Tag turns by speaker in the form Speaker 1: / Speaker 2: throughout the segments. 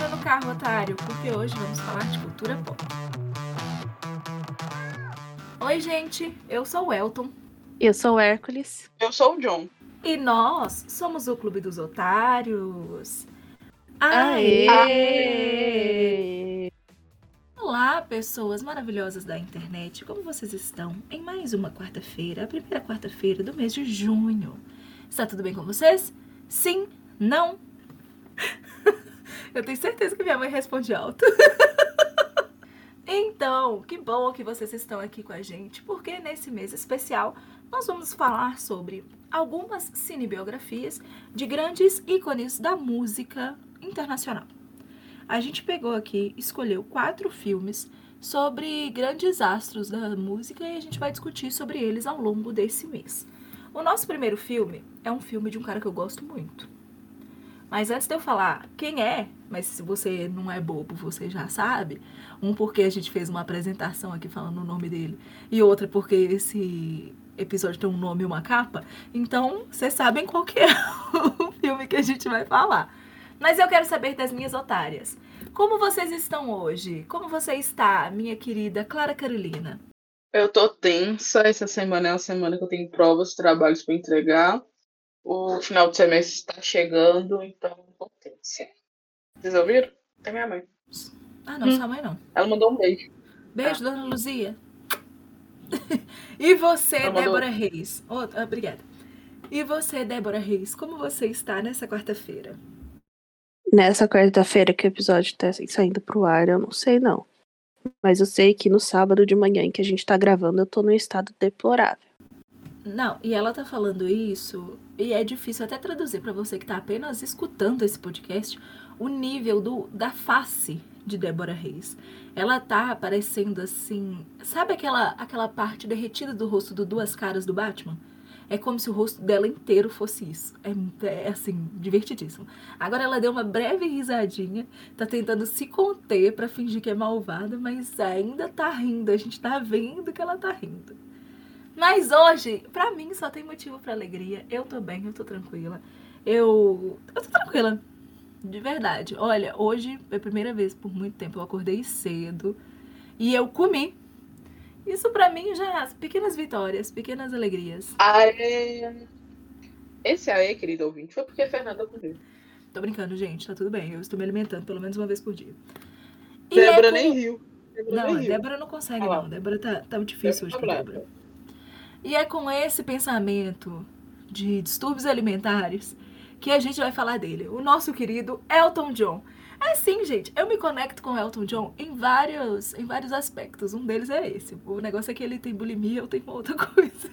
Speaker 1: Entra no carro, otário, porque hoje vamos falar de cultura pop. Oi, gente, eu sou o Elton.
Speaker 2: Eu sou o Hércules.
Speaker 3: Eu sou o John.
Speaker 1: E nós somos o Clube dos Otários.
Speaker 2: Aê!
Speaker 1: Olá, pessoas maravilhosas da internet, como vocês estão? Em mais uma quarta-feira, a primeira quarta-feira do mês de junho. Está tudo bem com vocês? Sim? Não? Eu tenho certeza que minha mãe responde alto. Então, que bom que vocês estão aqui com a gente, porque nesse mês especial nós vamos falar sobre algumas cinebiografias de grandes ícones da música internacional. A gente pegou aqui, escolheu 4 filmes sobre grandes astros da música e a gente vai discutir sobre eles ao longo desse mês. O nosso primeiro filme é um filme de um cara que eu gosto muito. Mas antes de eu falar quem é, mas se você não é bobo, você já sabe, porque a gente fez uma apresentação aqui falando o nome dele, e outra porque esse episódio tem um nome e uma capa, então vocês sabem qual que é o filme que a gente vai falar. Mas eu quero saber das minhas otárias. Como vocês estão hoje? Como você está, minha querida Clara Carolina?
Speaker 3: Eu tô tensa. Essa semana é uma semana que eu tenho provas, trabalhos para entregar. O final de semestre está chegando, então eu tô tensa. Vocês ouviram? É minha mãe.
Speaker 1: Ah, não, sua mãe não.
Speaker 3: Ela mandou um beijo.
Speaker 1: Beijo, dona Luzia. E você,
Speaker 3: Ela mandou.
Speaker 1: Débora Reis? Obrigada. E você, Débora Reis, como você está nessa quarta-feira?
Speaker 2: Nessa quarta-feira que o episódio tá saindo pro ar, eu não sei não. Mas eu sei que no sábado de manhã em que a gente tá gravando, eu tô num estado deplorável.
Speaker 1: Não, e ela tá falando isso, e é difícil até traduzir pra você que tá apenas escutando esse podcast, o nível da face de Débora Reis. Ela tá parecendo assim, sabe aquela parte derretida do rosto do Duas Caras do Batman? É como se o rosto dela inteiro fosse isso. É assim, divertidíssimo. Agora ela deu uma breve risadinha, tá tentando se conter pra fingir que é malvada, mas ainda tá rindo, a gente tá vendo que ela tá rindo. Mas hoje, pra mim, só tem motivo pra alegria. Eu tô bem, eu tô tranquila. Eu tô tranquila, de verdade. Olha, hoje é a primeira vez por muito tempo eu acordei cedo e eu comi. Isso pra mim já pequenas vitórias, pequenas alegrias.
Speaker 3: Aê! Esse aê, querido ouvinte, foi porque a Fernanda comeu.
Speaker 1: Tô brincando, gente, tá tudo bem. Eu estou me alimentando pelo menos uma vez por dia. E
Speaker 3: Débora nem riu.
Speaker 1: Não, a Débora não consegue,
Speaker 3: Ah lá.
Speaker 1: não. Débora tá difícil hoje pra
Speaker 3: brava.
Speaker 1: Débora. E é com esse pensamento de distúrbios alimentares que a gente vai falar dele. O nosso querido Elton John. É sim, gente. Eu me conecto com o Elton John em vários aspectos. Um deles é esse. O negócio é que ele tem bulimia, eu tenho outra coisa.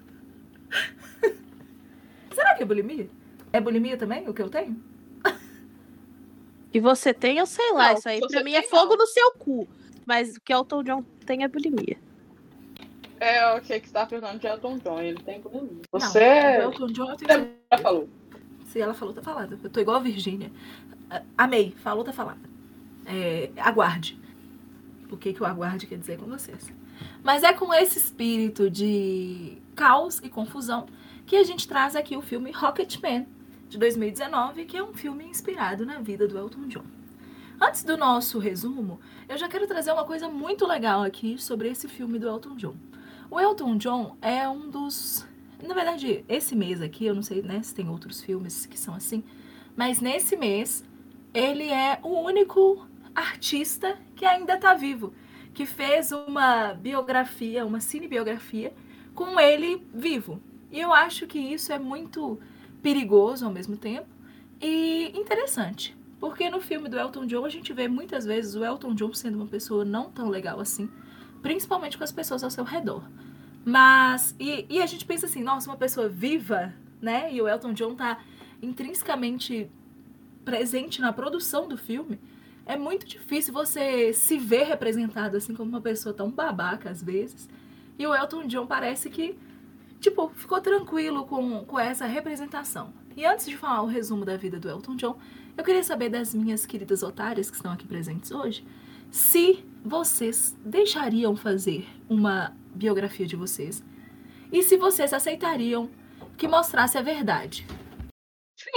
Speaker 1: Será que é bulimia? É bulimia também o que eu tenho?
Speaker 2: Que você tem, eu sei lá.
Speaker 3: Não,
Speaker 2: Isso aí
Speaker 3: você
Speaker 2: pra mim é
Speaker 3: tem,
Speaker 2: fogo
Speaker 3: não.
Speaker 2: no seu cu. Mas o que Elton John tem é bulimia.
Speaker 3: É o que você tá perguntando de Elton John, ele tem bulimia.
Speaker 1: Não,
Speaker 3: Você.
Speaker 1: o Elton John eu tenho
Speaker 3: Ela falou.
Speaker 1: Se ela falou, tá falada. Eu tô igual a Virgínia. Amei. Falou, tá falada. Aguarde. O que o aguarde quer dizer com vocês. Mas é com esse espírito de caos e confusão que a gente traz aqui o filme Rocketman, de 2019, que é um filme inspirado na vida do Elton John. Antes do nosso resumo, eu já quero trazer uma coisa muito legal aqui sobre esse filme do Elton John. O Elton John é um dos... Na verdade, esse mês aqui, eu não sei, né, se tem outros filmes que são assim, mas nesse mês, ele é o único artista que ainda tá vivo, que fez uma biografia, uma cinebiografia, com ele vivo. E eu acho que isso é muito perigoso ao mesmo tempo e interessante. Porque no filme do Elton John, a gente vê muitas vezes o Elton John sendo uma pessoa não tão legal assim, principalmente com as pessoas ao seu redor. Mas, e a gente pensa assim, nossa, uma pessoa viva, né? E o Elton John tá intrinsecamente presente na produção do filme. É muito difícil você se ver representado assim como uma pessoa tão babaca às vezes. E o Elton John parece que, tipo, ficou tranquilo com essa representação. E antes de falar o resumo da vida do Elton John, eu queria saber das minhas queridas otárias que estão aqui presentes hoje, se vocês deixariam fazer uma biografia de vocês e se vocês aceitariam que mostrasse a verdade.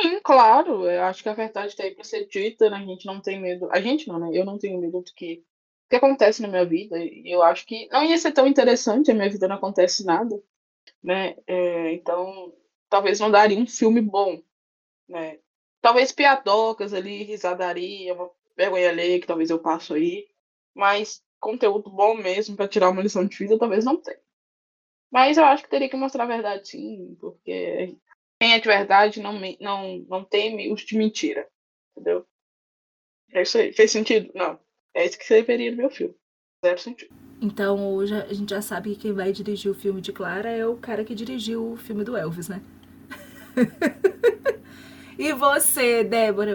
Speaker 3: Sim, claro, eu acho que a verdade tá aí pra ser dita, né? A gente não tem medo. A gente não, né? Eu não tenho medo do que acontece na minha vida. E eu acho que não ia ser tão interessante, a minha vida não acontece nada, né? Então, talvez não daria um filme bom, né? Talvez piadocas ali, risadaria, uma vergonha alheia que talvez eu passo aí. Mas conteúdo bom mesmo pra tirar uma lição de vida, talvez não tenha. Mas eu acho que teria que mostrar a verdade sim, porque quem é de verdade não teme os de mentira. Entendeu? É isso aí. Fez sentido? Não. É isso que você veria no meu filme. Zero sentido.
Speaker 1: Então hoje a gente já sabe que quem vai dirigir o filme de Clara é o cara que dirigiu o filme do Elvis, né? E você, Débora,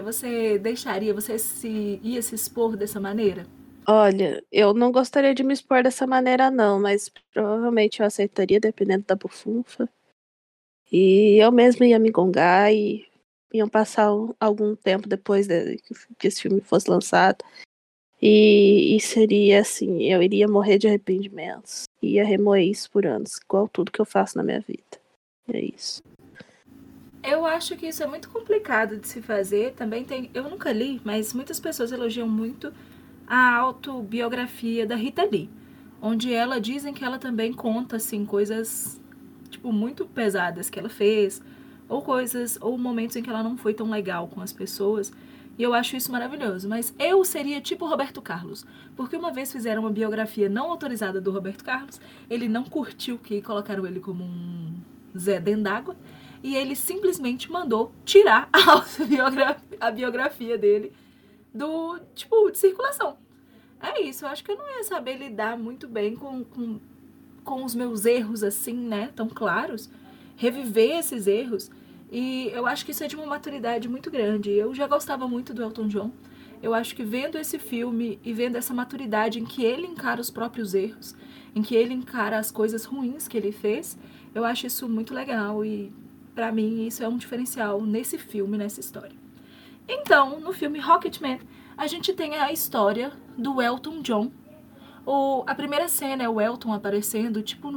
Speaker 1: você ia se expor dessa maneira?
Speaker 2: Olha, eu não gostaria de me expor dessa maneira, não, mas provavelmente eu aceitaria, dependendo da bufunfa. E eu mesma ia me gongar e iam passar algum tempo depois que esse filme fosse lançado. E seria assim, eu iria morrer de arrependimentos. Ia remoer isso por anos, igual tudo que eu faço na minha vida. É isso.
Speaker 1: Eu acho que isso é muito complicado de se fazer. Também tem, eu nunca li, mas muitas pessoas elogiam muito a autobiografia da Rita Lee, onde ela dizem que ela também conta assim coisas tipo muito pesadas que ela fez, ou coisas ou momentos em que ela não foi tão legal com as pessoas. E eu acho isso maravilhoso, mas eu seria tipo Roberto Carlos, porque uma vez fizeram uma biografia não autorizada do Roberto Carlos, ele não curtiu que colocaram ele como um Zé Dendágua, e ele simplesmente mandou tirar a biografia dele do, tipo, de circulação. É isso, eu acho que eu não ia saber lidar muito bem com os meus erros assim, né, tão claros, reviver esses erros. E eu acho que isso é de uma maturidade muito grande. Eu já gostava muito do Elton John. Eu acho que vendo esse filme e vendo essa maturidade em que ele encara os próprios erros, em que ele encara as coisas ruins que ele fez, eu acho isso muito legal e pra mim isso é um diferencial nesse filme, nessa história. Então, no filme Rocketman, a gente tem a história do Elton John. A primeira cena é o Elton aparecendo, tipo,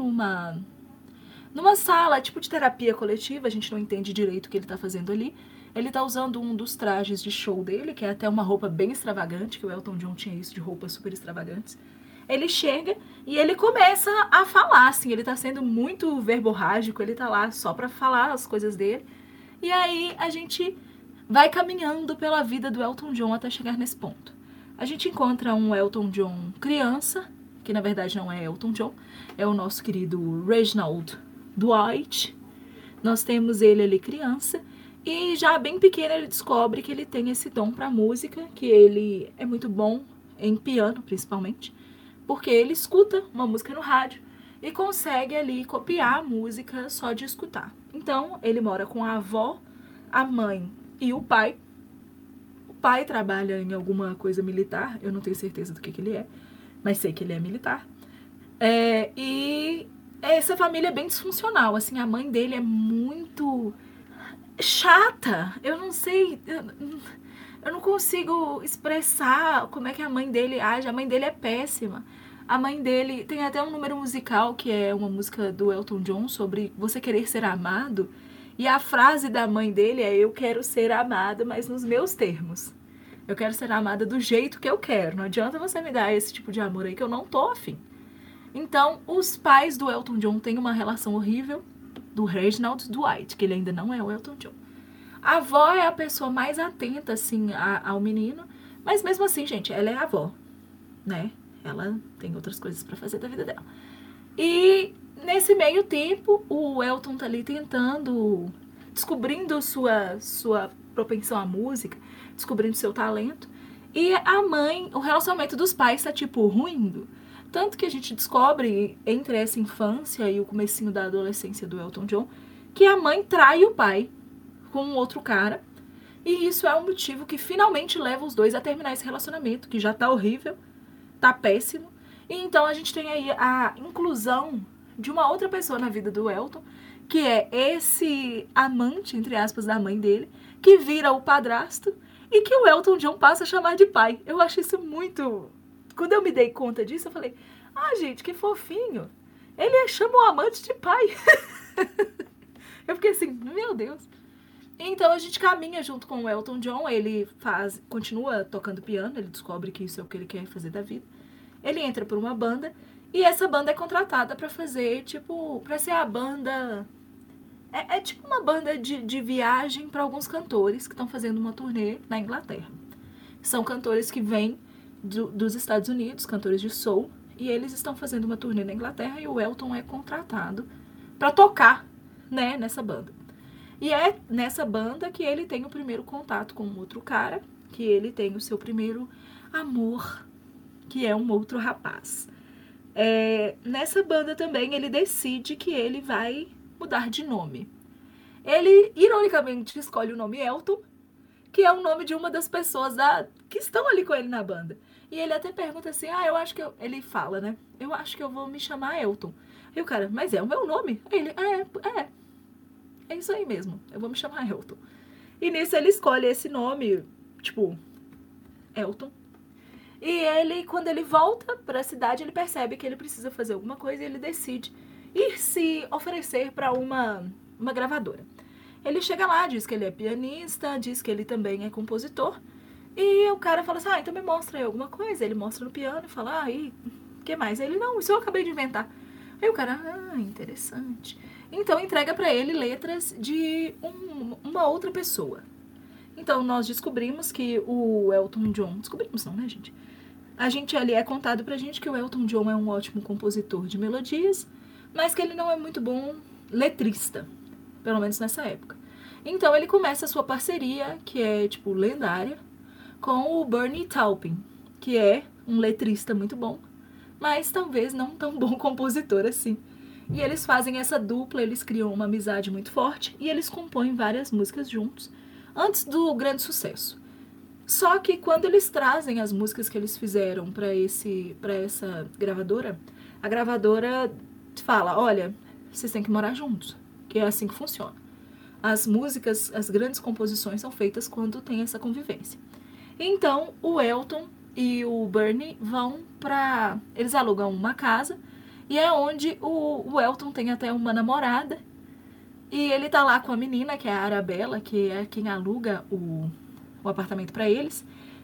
Speaker 1: numa sala, tipo de terapia coletiva, a gente não entende direito o que ele tá fazendo ali. Ele tá usando um dos trajes de show dele, que é até uma roupa bem extravagante, que o Elton John tinha isso de roupas super extravagantes. Ele chega e ele começa a falar, assim, ele tá sendo muito verborrágico, ele tá lá só pra falar as coisas dele. E aí a gente vai caminhando pela vida do Elton John até chegar nesse ponto. A gente encontra um Elton John criança, que na verdade não é Elton John, é o nosso querido Reginald Dwight. Nós temos ele ali criança, e já bem pequeno ele descobre que ele tem esse dom para música, que ele é muito bom em piano, principalmente, porque ele escuta uma música no rádio e consegue ali copiar a música só de escutar. Então, ele mora com a avó, a mãe e o pai. O pai trabalha em alguma coisa militar, eu não tenho certeza do que ele é, mas sei que ele é militar. E essa família é bem disfuncional, assim, a mãe dele é muito chata, eu não sei, eu não consigo expressar como é que a mãe dele age, a mãe dele é péssima. A mãe dele tem até um número musical, que é uma música do Elton John sobre você querer ser amado, e a frase da mãe dele é: eu quero ser amada, mas nos meus termos. Eu quero ser amada do jeito que eu quero, não adianta você me dar esse tipo de amor aí que eu não tô afim. Então, os pais do Elton John têm uma relação horrível, do Reginald Dwight, que ele ainda não é o Elton John. A avó é a pessoa mais atenta, assim, ao menino, mas mesmo assim, gente, ela é a avó, né? Ela tem outras coisas pra fazer da vida dela. E nesse meio tempo, o Elton tá ali tentando, descobrindo sua propensão à música, descobrindo seu talento. E a mãe, o relacionamento dos pais tá, tipo, ruindo. Tanto que a gente descobre, entre essa infância e o comecinho da adolescência do Elton John, que a mãe trai o pai com um outro cara. E isso é um motivo que finalmente leva os dois a terminar esse relacionamento, que já tá horrível, tá péssimo. E então a gente tem aí a inclusão de uma outra pessoa na vida do Elton, que é esse amante, entre aspas, da mãe dele, que vira o padrasto e que o Elton John passa a chamar de pai. Eu acho isso muito... Quando eu me dei conta disso, eu falei: ah, gente, que fofinho. Ele chama o amante de pai. Eu fiquei assim, meu Deus. Então a gente caminha junto com o Elton John, ele continua tocando piano, ele descobre que isso é o que ele quer fazer da vida. Ele entra por uma banda, e essa banda é contratada pra fazer, tipo, pra ser a banda... É tipo uma banda de viagem pra alguns cantores que estão fazendo uma turnê na Inglaterra. São cantores que vêm dos Estados Unidos, cantores de soul, e eles estão fazendo uma turnê na Inglaterra e o Elton é contratado pra tocar, né, nessa banda. E é nessa banda que ele tem o primeiro contato com um outro cara, que ele tem o seu primeiro amor, que é um outro rapaz. Nessa banda também ele decide que ele vai mudar de nome. Ele, ironicamente, escolhe o nome Elton, que é o nome de uma das pessoas que estão ali com ele na banda. E ele até pergunta assim, eu acho que ele fala, né? Eu acho que eu vou me chamar Elton. E o cara, mas é o meu nome? Aí ele, é isso aí mesmo, eu vou me chamar Elton. E nisso ele escolhe esse nome, tipo, Elton. E ele, quando ele volta pra cidade, ele percebe que ele precisa fazer alguma coisa e ele decide ir se oferecer pra uma gravadora. Ele chega lá, diz que ele é pianista, diz que ele também é compositor. E o cara fala assim, então me mostra aí alguma coisa. Ele mostra no piano e fala, e o que mais? Ele, não, isso eu acabei de inventar. Aí o cara, interessante. Então entrega pra ele letras de uma outra pessoa. Então nós descobrimos que o Elton John... Descobrimos não, né, gente? A gente ali é contado pra gente que o Elton John é um ótimo compositor de melodias, mas que ele não é muito bom letrista, pelo menos nessa época. Então ele começa a sua parceria, que é, tipo, lendária, com o Bernie Taupin, que é um letrista muito bom, mas talvez não tão bom compositor assim. E eles fazem essa dupla, eles criam uma amizade muito forte e eles compõem várias músicas juntos, antes do grande sucesso. Só que quando eles trazem as músicas que eles fizeram pra essa gravadora, a gravadora fala, olha, vocês têm que morar juntos, que é assim que funciona. As músicas, as grandes composições são feitas quando tem essa convivência. Então, o Elton e o Bernie eles alugam uma casa, e é onde o Elton tem até uma namorada, e ele tá lá com a menina, que é a Arabella, que é quem aluga o apartamento pra eles.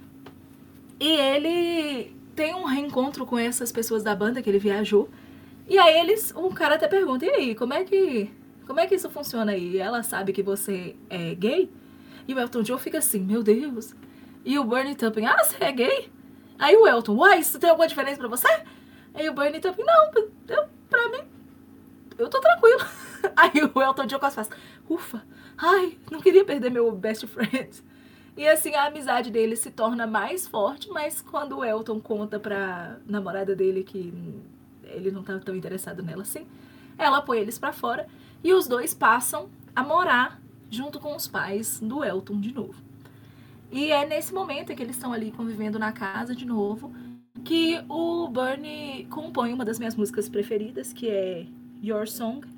Speaker 1: E ele tem um reencontro com essas pessoas da banda que ele viajou. E aí o cara até pergunta, e aí, como é que isso funciona aí? E ela sabe que você é gay? E o Elton John fica assim, meu Deus. E o Bernie Taupin, você é gay? Aí o Elton, isso tem alguma diferença pra você? Aí o Bernie Taupin, não, pra mim, eu tô tranquilo. Aí o Elton John quase faz, ufa, não queria perder meu best friend. E assim, a amizade dele se torna mais forte, mas quando o Elton conta pra namorada dele que ele não tá tão interessado nela assim, ela põe eles pra fora e os dois passam a morar junto com os pais do Elton de novo. E é nesse momento em que eles estão ali convivendo na casa de novo que o Bernie compõe uma das minhas músicas preferidas, que é Your Song.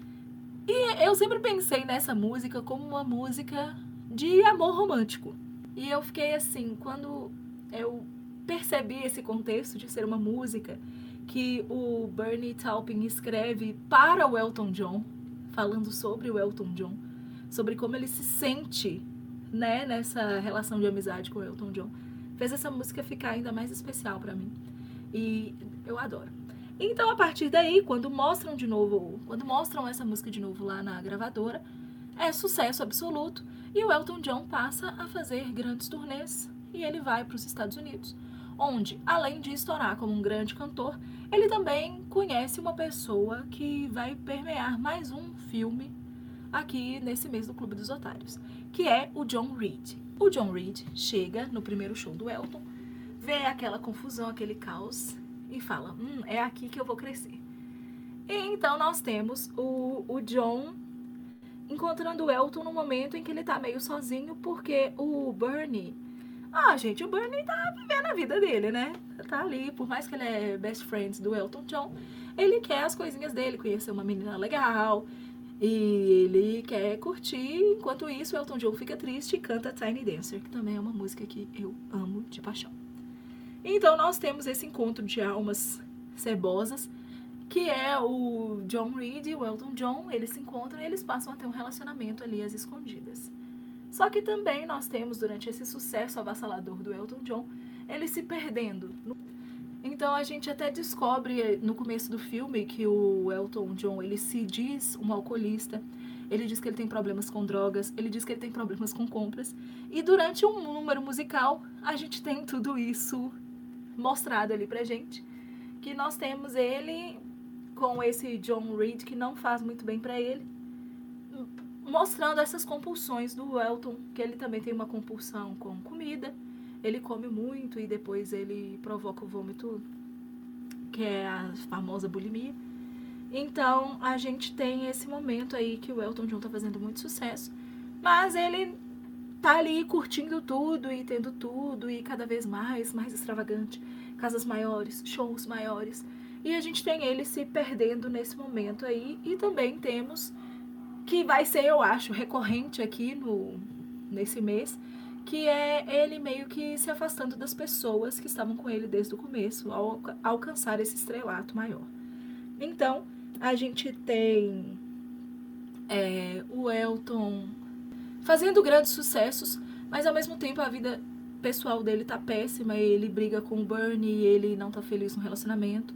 Speaker 1: E eu sempre pensei nessa música como uma música de amor romântico. E eu fiquei assim, quando eu percebi esse contexto de ser uma música que o Bernie Taupin escreve para o Elton John, falando sobre o Elton John, sobre como ele se sente, né, nessa relação de amizade com o Elton John, fez essa música ficar ainda mais especial pra mim. E eu adoro. Então, a partir daí, quando mostram essa música de novo lá na gravadora, é sucesso absoluto e o Elton John passa a fazer grandes turnês e ele vai para os Estados Unidos, onde, além de estourar como um grande cantor, ele também conhece uma pessoa que vai permear mais um filme aqui nesse mês do Clube dos Otários, que é o John Reid. O John Reid chega no primeiro show do Elton, vê aquela confusão, aquele caos e fala, é aqui que eu vou crescer. E então nós temos o John encontrando o Elton no momento em que ele tá meio sozinho, porque o Bernie... gente, o Bernie tá vivendo a vida dele, né? Tá ali, por mais que ele é best friends do Elton John, ele quer as coisinhas dele, conhecer uma menina legal, e ele quer curtir. Enquanto isso, o Elton John fica triste e canta Tiny Dancer, que também é uma música que eu amo de paixão. Então nós temos esse encontro de almas cebosas, que é o John Reid e o Elton John. Eles se encontram e eles passam a ter um relacionamento ali às escondidas. Só que também nós temos, durante esse sucesso avassalador do Elton John, ele se perdendo. Então a gente até descobre no começo do filme que o Elton John, ele se diz um alcoolista, ele diz que ele tem problemas com drogas, ele diz que ele tem problemas com compras, e durante um número musical a gente tem tudo isso mostrado ali pra gente, que nós temos ele com esse John Reid que não faz muito bem pra ele, mostrando essas compulsões do Elton, que ele também tem uma compulsão com comida, ele come muito e depois ele provoca o vômito, que é a famosa bulimia. Então a gente tem esse momento aí que o Elton John tá fazendo muito sucesso, mas ele tá ali curtindo tudo e tendo tudo e cada vez mais extravagante, casas maiores, shows maiores, e a gente tem ele se perdendo nesse momento aí. E também temos, que vai ser, eu acho, recorrente aqui nesse mês, que é ele meio que se afastando das pessoas que estavam com ele desde o começo, ao alcançar esse estrelato maior. Então, a gente tem o Elton fazendo grandes sucessos, mas ao mesmo tempo a vida pessoal dele tá péssima, ele briga com o Bernie, ele não tá feliz no relacionamento.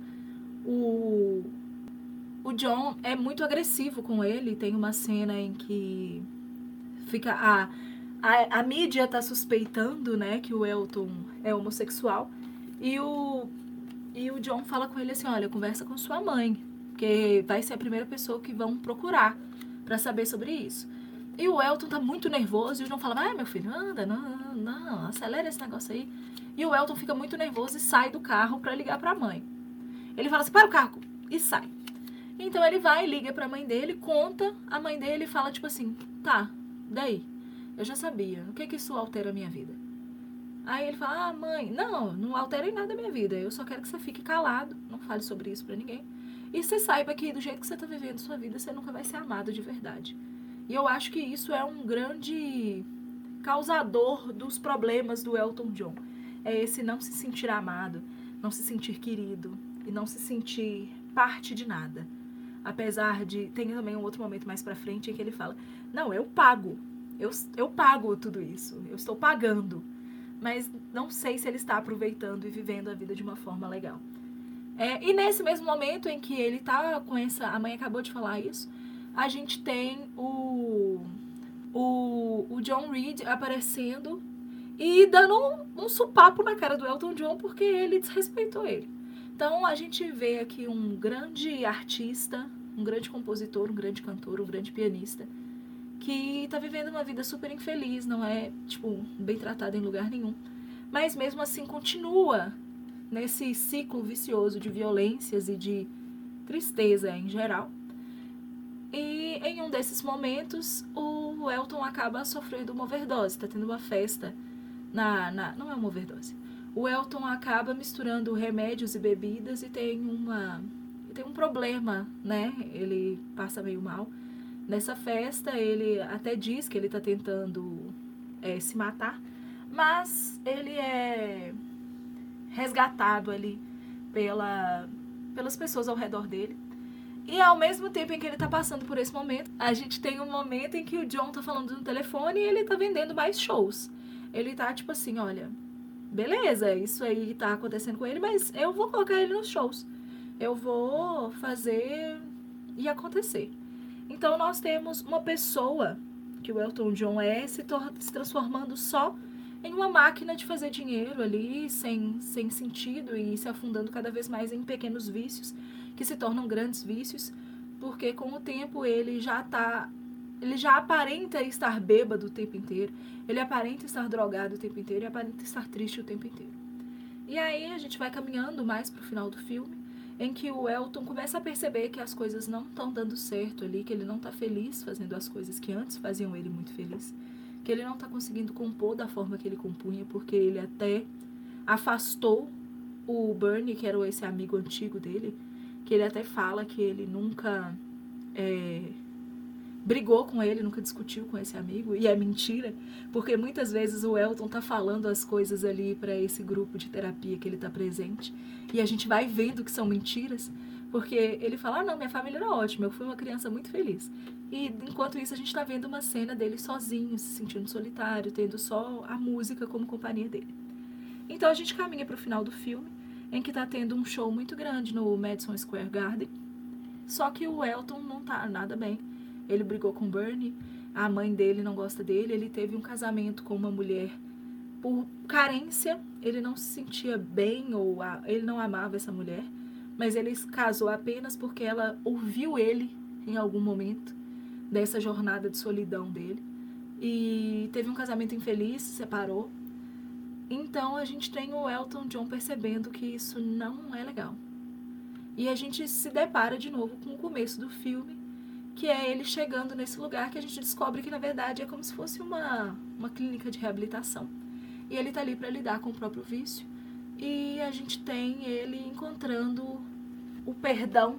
Speaker 1: O John é muito agressivo com ele, tem uma cena em que fica a mídia tá suspeitando, né, que o Elton é homossexual, e o John fala com ele assim, olha, conversa com sua mãe, porque vai ser a primeira pessoa que vão procurar pra saber sobre isso. E o Elton tá muito nervoso, e o John fala, meu filho, anda, não, acelera esse negócio aí. E o Elton fica muito nervoso e sai do carro pra ligar pra mãe. Ele fala assim, para o carro, e sai. Então ele vai, liga pra mãe dele, conta, a mãe dele fala tipo assim, tá, daí? Eu já sabia, o que isso altera a minha vida? Aí ele fala, mãe, não altera em nada a minha vida, eu só quero que você fique calado, não fale sobre isso pra ninguém. E você saiba que do jeito que você tá vivendo sua vida, você nunca vai ser amado de verdade. E eu acho que isso é um grande causador dos problemas do Elton John. É esse não se sentir amado, não se sentir querido e não se sentir parte de nada. Apesar de... Tem também um outro momento mais pra frente em que ele fala, não, eu pago. Eu pago tudo isso. Eu estou pagando. Mas não sei se ele está aproveitando e vivendo a vida de uma forma legal. E nesse mesmo momento em que ele tá com essa... A mãe acabou de falar isso. A gente tem o John Reid aparecendo e dando um supapo na cara do Elton John porque ele desrespeitou ele. Então a gente vê aqui um grande artista, um grande compositor, um grande cantor, um grande pianista, que tá vivendo uma vida super infeliz, não é, bem tratado em lugar nenhum. Mas mesmo assim continua nesse ciclo vicioso de violências e de tristeza em geral. E em um desses momentos, o Elton acaba sofrendo uma overdose, tá tendo uma festa não é uma overdose. O Elton acaba misturando remédios e bebidas e tem um problema, né? Ele passa meio mal. Nessa festa, ele até diz que ele tá tentando se matar, mas ele é resgatado ali pelas pessoas ao redor dele. E ao mesmo tempo em que ele tá passando por esse momento, a gente tem um momento em que o John tá falando no telefone e ele tá vendendo mais shows. Ele tá tipo assim, olha, beleza, isso aí tá acontecendo com ele, mas eu vou colocar ele nos shows. Eu vou fazer e acontecer. Então nós temos uma pessoa que o Elton John se transformando só em uma máquina de fazer dinheiro ali, sem sentido, e se afundando cada vez mais em pequenos vícios, que se tornam grandes vícios, porque com o tempo ele já aparenta estar bêbado o tempo inteiro, ele aparenta estar drogado o tempo inteiro e aparenta estar triste o tempo inteiro. E aí a gente vai caminhando mais pro final do filme, em que o Elton começa a perceber que as coisas não estão dando certo ali, que ele não tá feliz fazendo as coisas que antes faziam ele muito feliz, que ele não tá conseguindo compor da forma que ele compunha, porque ele até afastou o Bernie, que era esse amigo antigo dele, que ele até fala que ele nunca brigou com ele, nunca discutiu com esse amigo, e é mentira, porque muitas vezes o Elton tá falando as coisas ali para esse grupo de terapia que ele tá presente, e a gente vai vendo que são mentiras, Porque ele fala, não, minha família era ótima, eu fui uma criança muito feliz. E enquanto isso a gente tá vendo uma cena dele sozinho, se sentindo solitário, tendo só a música como companhia dele. Então a gente caminha pro final do filme, em que tá tendo um show muito grande no Madison Square Garden. Só que o Elton não tá nada bem. Ele brigou com Bernie, a mãe dele não gosta dele, ele teve um casamento com uma mulher por carência, ele não se sentia bem ou ele não amava essa mulher, mas ele casou apenas porque ela ouviu ele em algum momento dessa jornada de solidão dele e teve um casamento infeliz, se separou. Então a gente tem o Elton John percebendo que isso não é legal. E a gente se depara de novo com o começo do filme, que é ele chegando nesse lugar que a gente descobre que na verdade é como se fosse uma clínica de reabilitação. E ele tá ali para lidar com o próprio vício. E a gente tem ele encontrando o perdão,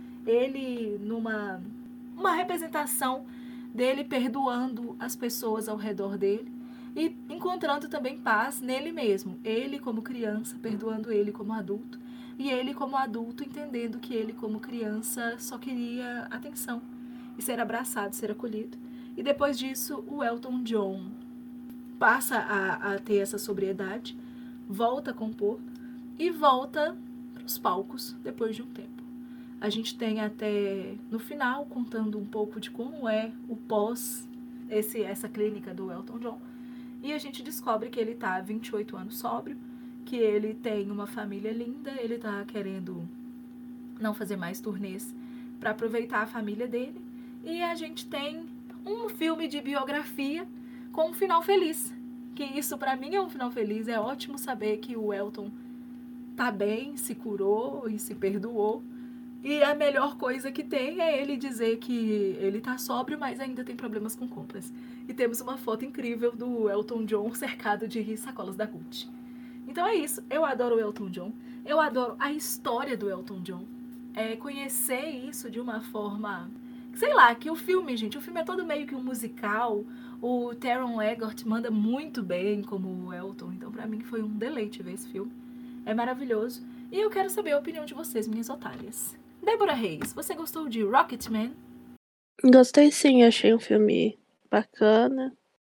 Speaker 1: ele numa representação dele perdoando as pessoas ao redor dele e encontrando também paz nele mesmo. Ele como criança, perdoando ele como adulto, e ele como adulto entendendo que ele como criança só queria atenção e ser abraçado, ser acolhido. E depois disso, o Elton John passa a ter essa sobriedade, volta a compor e volta para os palcos depois de um tempo. A gente tem até no final contando um pouco de como é o pós essa clínica do Elton John, e a gente descobre que ele está há 28 anos sóbrio, que ele tem uma família linda, ele está querendo não fazer mais turnês para aproveitar a família dele, e a gente tem um filme de biografia com um final feliz, que isso para mim é um final feliz. É ótimo saber que o Elton tá bem, se curou e se perdoou, e a melhor coisa que tem é ele dizer que ele tá sóbrio, mas ainda tem problemas com compras. E temos uma foto incrível do Elton John cercado de sacolas da Gucci. Então é isso, eu adoro o Elton John, eu adoro a história do Elton John, conhecer isso de uma forma, sei lá, que o filme, gente, o filme é todo meio que um musical, o Taron Egerton manda muito bem como o Elton, então pra mim foi um deleite ver esse filme, é maravilhoso, e eu quero saber a opinião de vocês, minhas otárias. Débora Reis, você gostou de Rocketman?
Speaker 2: Gostei sim, achei um filme bacana.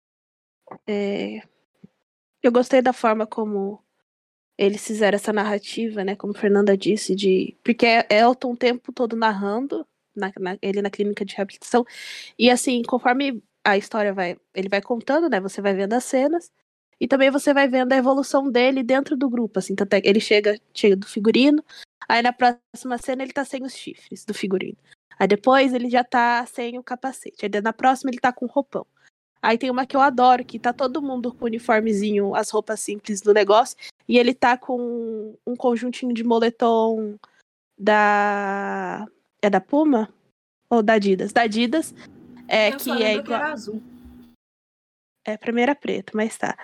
Speaker 2: Eu gostei da forma como eles fizeram essa narrativa, né? Como a Fernanda disse, porque é Elton o tempo todo narrando, ele na clínica de reabilitação. E assim, conforme a história ele vai contando, né? Você vai vendo as cenas. E também você vai vendo a evolução dele dentro do grupo, assim. Tanto é que ele chega cheio do figurino. Aí na próxima cena ele tá sem os chifres do figurino. Aí depois ele já tá sem o capacete. Aí na próxima ele tá com o roupão. Aí tem uma que eu adoro, que tá todo mundo com o uniformezinho, as roupas simples do negócio, e ele tá com um conjuntinho de moletom da... É da Puma? Ou da Adidas? Da Adidas,
Speaker 1: Eu
Speaker 2: que
Speaker 1: só
Speaker 2: é
Speaker 1: lembro que
Speaker 2: igual...
Speaker 1: era azul.
Speaker 2: Pra mim era preto, mas tá.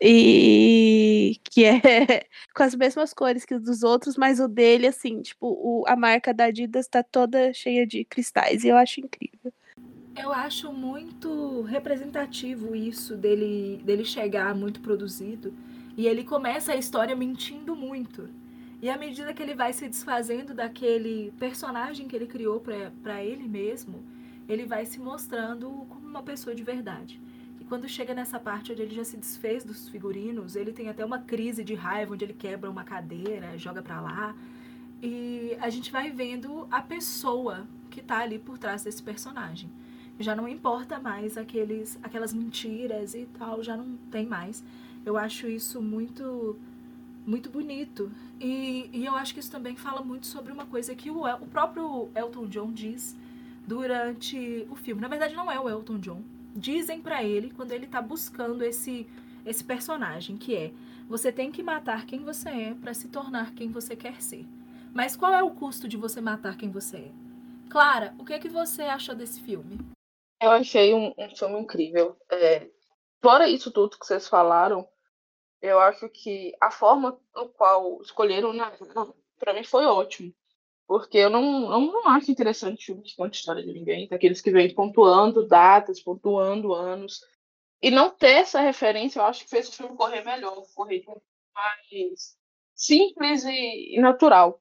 Speaker 2: E que é com as mesmas cores que os dos outros, mas o dele, assim, tipo, a marca da Adidas tá toda cheia de cristais, e eu acho incrível.
Speaker 1: Eu acho muito representativo isso dele chegar muito produzido e ele começa a história mentindo muito. E à medida que ele vai se desfazendo daquele personagem que ele criou para ele mesmo, ele vai se mostrando como uma pessoa de verdade. E quando chega nessa parte onde ele já se desfez dos figurinos, ele tem até uma crise de raiva onde ele quebra uma cadeira, joga para lá. E a gente vai vendo a pessoa que tá ali por trás desse personagem. Já não importa mais aquelas mentiras e tal, já não tem mais. Eu acho isso muito, muito bonito. E eu acho que isso também fala muito sobre uma coisa que o próprio Elton John diz durante o filme. Na verdade, não é o Elton John. Dizem pra ele, quando ele tá buscando esse personagem, que é: você tem que matar quem você é pra se tornar quem você quer ser. Mas qual é o custo de você matar quem você é? Clara, o que você achou desse filme?
Speaker 3: Eu achei um filme incrível. Fora isso tudo que vocês falaram, eu acho que a forma no qual escolheram para mim foi ótimo. Porque eu não acho interessante filmes que contam a história de ninguém, daqueles que vêm pontuando datas, pontuando anos. E não ter essa referência, eu acho que fez o filme correr melhor, correr de um jeito mais simples e natural.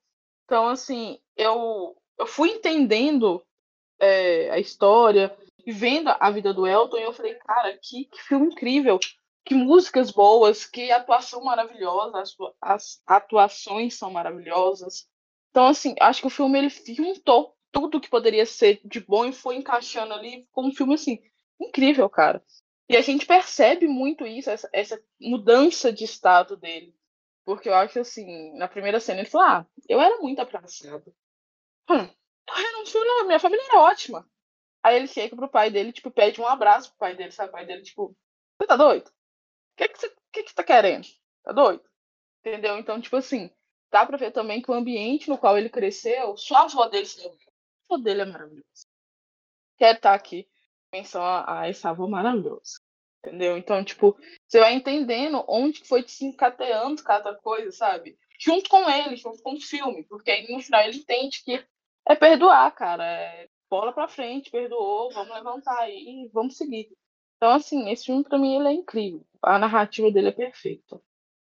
Speaker 3: Então, assim, eu fui entendendo a história e vendo a vida do Elton, e eu falei, cara, que filme incrível, que músicas boas, que atuação maravilhosa, as atuações são maravilhosas. Então, assim, acho que o filme ele juntou tudo que poderia ser de bom e foi encaixando ali como um filme, assim, incrível, cara. E a gente percebe muito isso, essa mudança de estado dele. Porque eu acho assim, na primeira cena ele falou, eu era muito abraçado. Tô renunciando, minha família era ótima. Aí ele chega pro pai dele, tipo, pede um abraço pro pai dele, sabe? O pai dele, tipo, você tá doido? O que você tá querendo? Tá doido? Entendeu? Então, tipo assim, dá pra ver também que o ambiente no qual ele cresceu, só a avó dele, a avó dele é maravilhosa. Quero estar aqui pensando essa avó maravilhosa. Entendeu? Então, tipo, você vai entendendo onde que foi desencadeando cada coisa, sabe? Junto com ele, junto com o filme. Porque aí no final ele entende que é perdoar, cara. É bola pra frente, perdoou, vamos levantar aí e vamos seguir. Então, assim, esse filme pra mim ele é incrível. A narrativa dele é perfeita.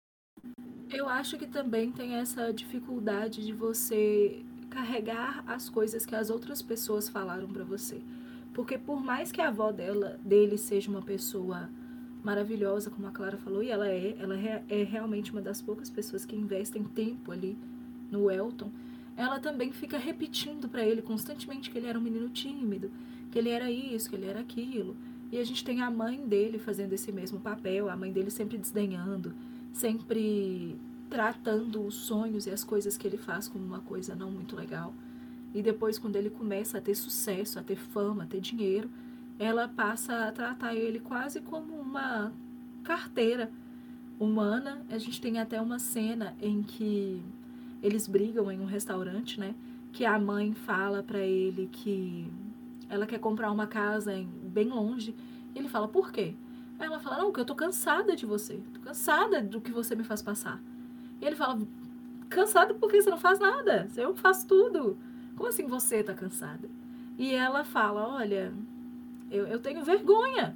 Speaker 1: Eu acho que também tem essa dificuldade de você carregar as coisas que as outras pessoas falaram pra você. Porque por mais que a avó dele seja uma pessoa maravilhosa, como a Clara falou, e ela é realmente uma das poucas pessoas que investem tempo ali no Elton, ela também fica repetindo pra ele constantemente que ele era um menino tímido, que ele era isso, que ele era aquilo. E a gente tem a mãe dele fazendo esse mesmo papel, a mãe dele sempre desdenhando, sempre tratando os sonhos e as coisas que ele faz como uma coisa não muito legal. E depois, quando ele começa a ter sucesso, a ter fama, a ter dinheiro, ela passa a tratar ele quase como uma carteira humana. A gente tem até uma cena em que eles brigam em um restaurante, né? Que a mãe fala pra ele que ela quer comprar uma casa bem longe. E ele fala, por quê? Aí ela fala, não, porque eu tô cansada de você. Tô cansada do que você me faz passar. E ele fala, cansada porque você não faz nada. Eu faço tudo. Como assim você tá cansada? E ela fala, olha, eu tenho vergonha.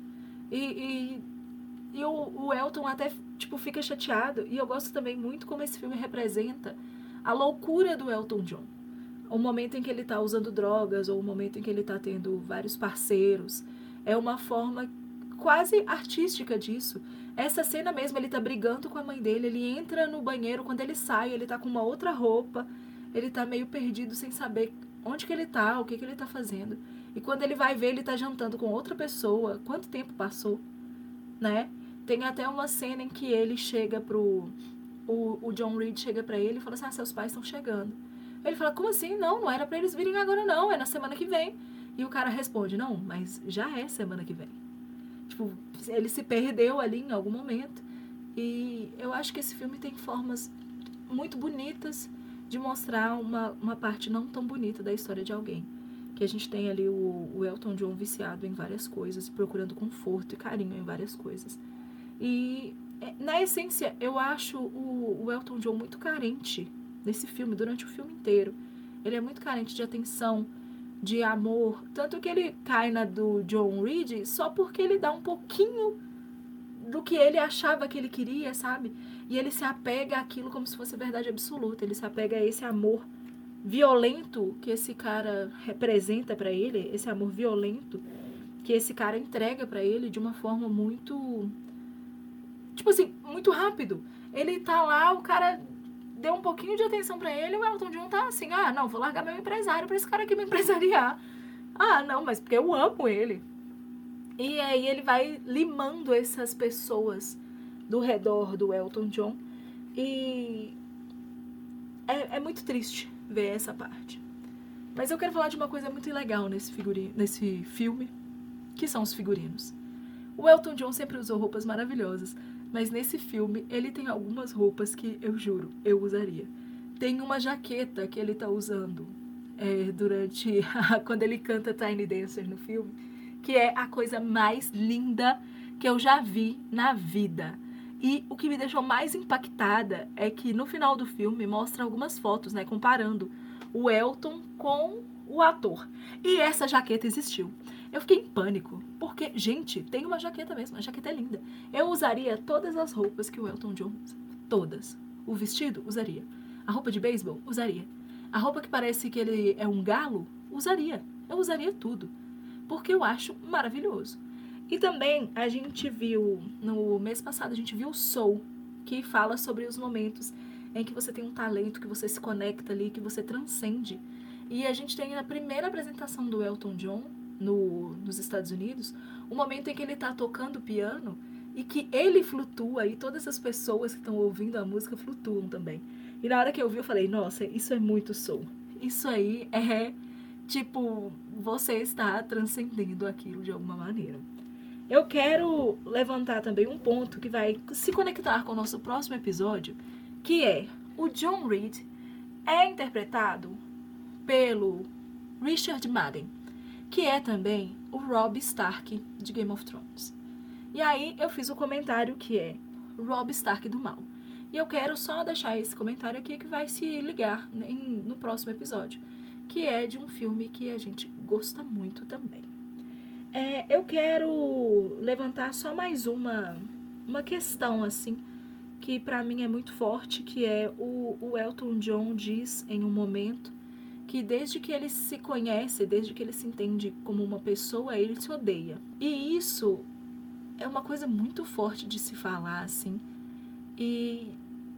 Speaker 1: E o Elton até, tipo, fica chateado. E eu gosto também muito como esse filme representa a loucura do Elton John. O momento em que ele tá usando drogas, ou o momento em que ele tá tendo vários parceiros. É uma forma quase artística disso. Essa cena mesmo, ele tá brigando com a mãe dele, ele entra no banheiro, quando ele sai, ele tá com uma outra roupa, ele tá meio perdido, sem saber onde que ele tá, o que ele tá fazendo. E quando ele vai ver, ele tá jantando com outra pessoa. Quanto tempo passou, né? Tem até uma cena em que ele chega pro... O John Reed chega pra ele e fala assim, seus pais estão chegando. Ele fala, como assim? Não era pra eles virem agora não, é na semana que vem. E o cara responde, não, mas já é semana que vem. Tipo, ele se perdeu ali em algum momento. E eu acho que esse filme tem formas muito bonitas de mostrar uma parte não tão bonita da história de alguém. Que a gente tem ali o Elton John viciado em várias coisas, procurando conforto e carinho em várias coisas. E, na essência, eu acho o Elton John muito carente nesse filme, durante o filme inteiro. Ele é muito carente de atenção, de amor. Tanto que ele cai na do John Reed só porque ele dá um pouquinho do que ele achava que ele queria, sabe? E ele se apega àquilo como se fosse verdade absoluta. Ele se apega a esse amor violento que esse cara representa pra ele, esse amor violento que esse cara entrega pra ele de uma forma muito... tipo assim, muito rápido. Ele tá lá, o cara deu um pouquinho de atenção pra ele, o Elton John tá assim, não, vou largar meu empresário pra esse cara aqui me empresariar. Não, mas porque eu amo ele. E aí ele vai limando essas pessoas do redor do Elton John. E é muito triste ver essa parte. Mas eu quero falar de uma coisa muito legal nesse filme, que são os figurinos. O Elton John sempre usou roupas maravilhosas, mas nesse filme ele tem algumas roupas que eu juro, eu usaria. Tem uma jaqueta que ele tá usando durante quando ele canta Tiny Dancer no filme, que é a coisa mais linda que eu já vi na vida. E o que me deixou mais impactada é que no final do filme mostra algumas fotos, né, comparando o Elton com o ator. E essa jaqueta existiu. Eu fiquei em pânico, porque, gente, tem uma jaqueta mesmo, a jaqueta é linda. Eu usaria todas as roupas que o Elton John usa, todas. O vestido, usaria. A roupa de beisebol? Usaria. A roupa que parece que ele é um galo? Usaria. Eu usaria tudo. Porque eu acho maravilhoso. E também a gente viu, no mês passado, a gente viu o Soul, que fala sobre os momentos em que você tem um talento, que você se conecta ali, que você transcende. E a gente tem na primeira apresentação do Elton John, nos Estados Unidos, um momento em que ele tá tocando piano e que ele flutua e todas as pessoas que estão ouvindo a música flutuam também. E na hora que eu vi, eu falei, nossa, isso é muito Soul. Isso aí é, tipo, você está transcendendo aquilo de alguma maneira. Eu quero levantar também um ponto que vai se conectar com o nosso próximo episódio, que é o John Reed é interpretado pelo Richard Madden, que é também o Robb Stark de Game of Thrones. E aí eu fiz o comentário que é Robb Stark do mal. E eu quero só deixar esse comentário aqui que vai se ligar no próximo episódio, que é de um filme que a gente gosta muito também. Eu quero levantar só mais uma questão, assim, que pra mim é muito forte, que é o Elton John diz em um momento que desde que ele se conhece, desde que ele se entende como uma pessoa, ele se odeia. E isso é uma coisa muito forte de se falar, assim, e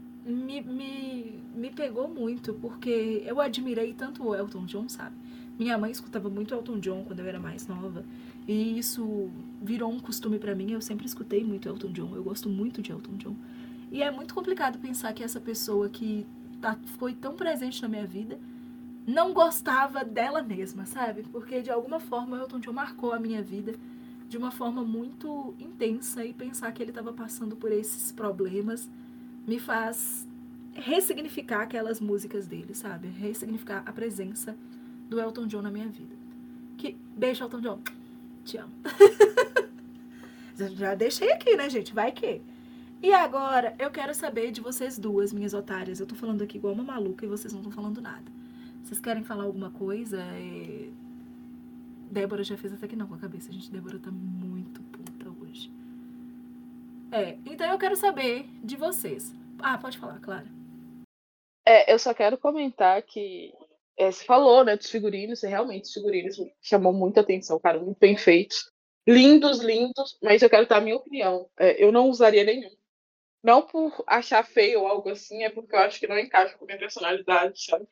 Speaker 1: me pegou muito, porque eu admirei tanto o Elton John, sabe? Minha mãe escutava muito Elton John quando eu era mais nova, e isso virou um costume pra mim. Eu sempre escutei muito Elton John, eu gosto muito de Elton John. E é muito complicado pensar que essa pessoa que foi tão presente na minha vida não gostava dela mesma, sabe? Porque de alguma forma o Elton John marcou a minha vida de uma forma muito intensa, e pensar que ele estava passando por esses problemas me faz ressignificar aquelas músicas dele, sabe? Ressignificar a presença do Elton John na minha vida. Beijo, Elton John. Te amo. Já deixei aqui, né, gente? Vai que. E agora, eu quero saber de vocês duas, minhas otárias. Eu tô falando aqui igual uma maluca e vocês não estão falando nada. Vocês querem falar alguma coisa? Débora já fez até que não com a cabeça, gente. Débora tá muito puta hoje. Então eu quero saber de vocês. Pode falar, Clara.
Speaker 3: Eu só quero comentar que você falou, né, dos figurinos, e realmente os figurinos chamou muita atenção, cara, muito bem feitos. Lindos, lindos, mas eu quero dar a minha opinião. Eu não usaria nenhum. Não por achar feio ou algo assim, é porque eu acho que não encaixa com a minha personalidade, sabe?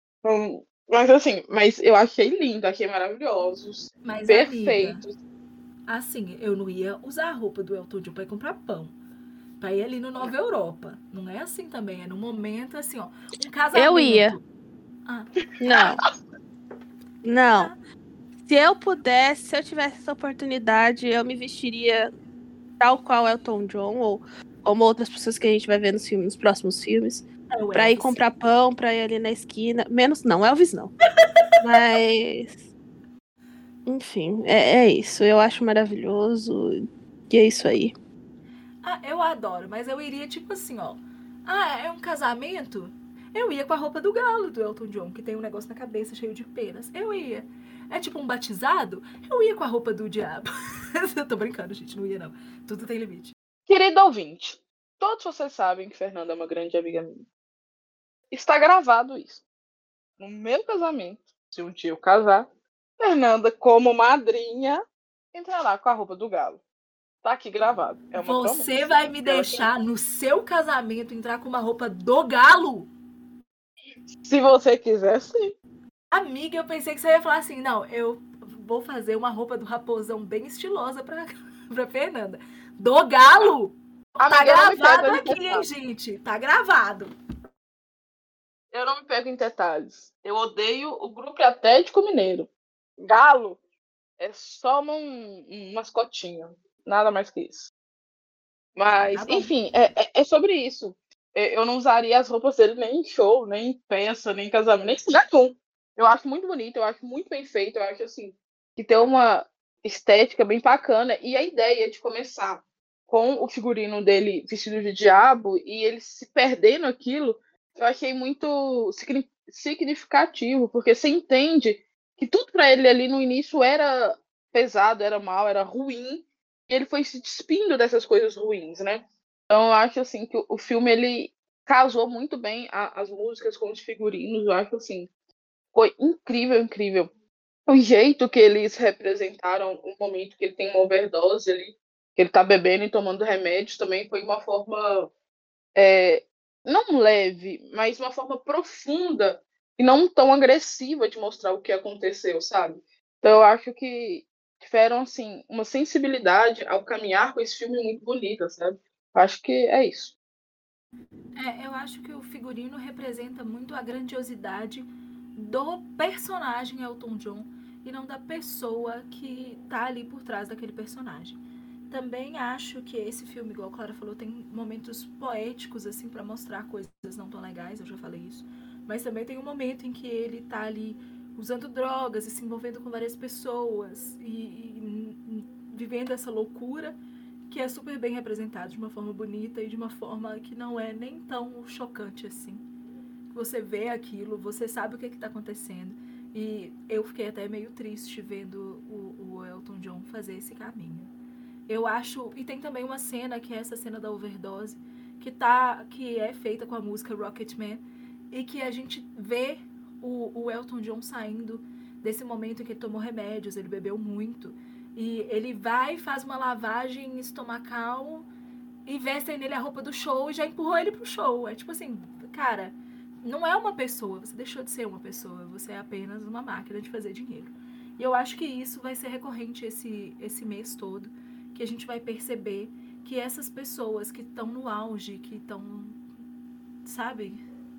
Speaker 3: Mas eu achei lindo, achei maravilhosos,
Speaker 1: Mas,
Speaker 3: perfeitos.
Speaker 1: Amiga, assim, eu não ia usar a roupa do Elton John pra ir comprar pão. Pra ir ali no Nova Europa. Não é assim também, é no momento assim, ó. Um casamento.
Speaker 2: Eu ia. Não. Se eu pudesse, se eu tivesse essa oportunidade, eu me vestiria tal qual Elton John, ou como outras pessoas que a gente vai ver nos próximos filmes, pra ir comprar pão, pra ir ali na esquina. Menos não, Elvis não. Mas, enfim, é isso. Eu acho maravilhoso. E é isso aí.
Speaker 1: Eu adoro, mas eu iria tipo assim, ó. É um casamento? Eu ia com a roupa do galo do Elton John, que tem um negócio na cabeça cheio de penas. Eu ia. É tipo um batizado? Eu ia com a roupa do diabo. Eu tô brincando, gente, não ia não. Tudo tem limite.
Speaker 3: Querido ouvinte, todos vocês sabem que Fernanda é uma grande amiga minha. Está gravado isso. No meu casamento, se um dia eu casar, Fernanda, como madrinha, entrará com a roupa do galo. Tá aqui gravado. É uma
Speaker 1: Você
Speaker 3: promessa.
Speaker 1: vai me deixar no seu casamento entrar com uma roupa do galo?
Speaker 3: Se você quiser, sim.
Speaker 1: Amiga, eu pensei que você ia falar assim, não, eu vou fazer uma roupa do raposão bem estilosa pra Fernanda. Do galo? Tá gravado aqui, hein, gente? Tá gravado.
Speaker 3: Eu não me pego em detalhes. Eu odeio o grupo Atlético Mineiro. Galo é só um mascotinho. Nada mais que isso. Mas, enfim, é sobre isso. Eu não usaria as roupas dele nem em show, nem em peça, nem em casamento, nem em lugar nenhum. Eu acho muito bonito, eu acho muito bem feito, eu acho assim, que tem uma estética bem bacana. E a ideia de começar com o figurino dele vestido de diabo e ele se perdendo aquilo, eu achei muito significativo, porque você entende que tudo para ele ali no início era pesado, era mal, era ruim, e ele foi se despindo dessas coisas ruins, né? Então eu acho assim que o filme ele casou muito bem as músicas com os figurinos. Eu acho assim, foi incrível, incrível. O jeito que eles representaram o momento que ele tem uma overdose ali, que ele tá bebendo e tomando remédios, também foi uma forma não leve, mas uma forma profunda e não tão agressiva de mostrar o que aconteceu, sabe? Então eu acho que tiveram assim uma sensibilidade ao caminhar com esse filme muito bonita, sabe? Eu acho que é isso.
Speaker 1: Eu acho que o figurino representa muito a grandiosidade do personagem Elton John e não da pessoa que tá ali por trás daquele personagem. Também acho que esse filme, igual a Clara falou, tem momentos poéticos, assim, pra mostrar coisas não tão legais, eu já falei isso. Mas também tem um momento em que ele tá ali usando drogas e se envolvendo com várias pessoas e vivendo essa loucura que é super bem representado de uma forma bonita e de uma forma que não é nem tão chocante assim. Você vê aquilo, você sabe o que está acontecendo. E eu fiquei até meio triste vendo o Elton John fazer esse caminho. Eu acho... E tem também uma cena, que é essa cena da overdose, que é feita com a música Rocketman, e que a gente vê o Elton John saindo desse momento em que ele tomou remédios, ele bebeu muito, e ele vai, faz uma lavagem estomacal e vestem nele a roupa do show e já empurrou ele pro show. É tipo assim, cara, não é uma pessoa, você deixou de ser uma pessoa, você é apenas uma máquina de fazer dinheiro. E eu acho que isso vai ser recorrente esse mês todo, que a gente vai perceber que essas pessoas que estão no auge, que estão, sabe,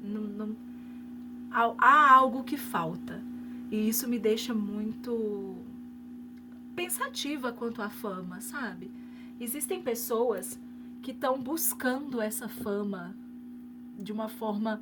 Speaker 1: há algo que falta. E isso me deixa muito pensativa quanto à fama, sabe? Existem pessoas que estão buscando essa fama de uma forma,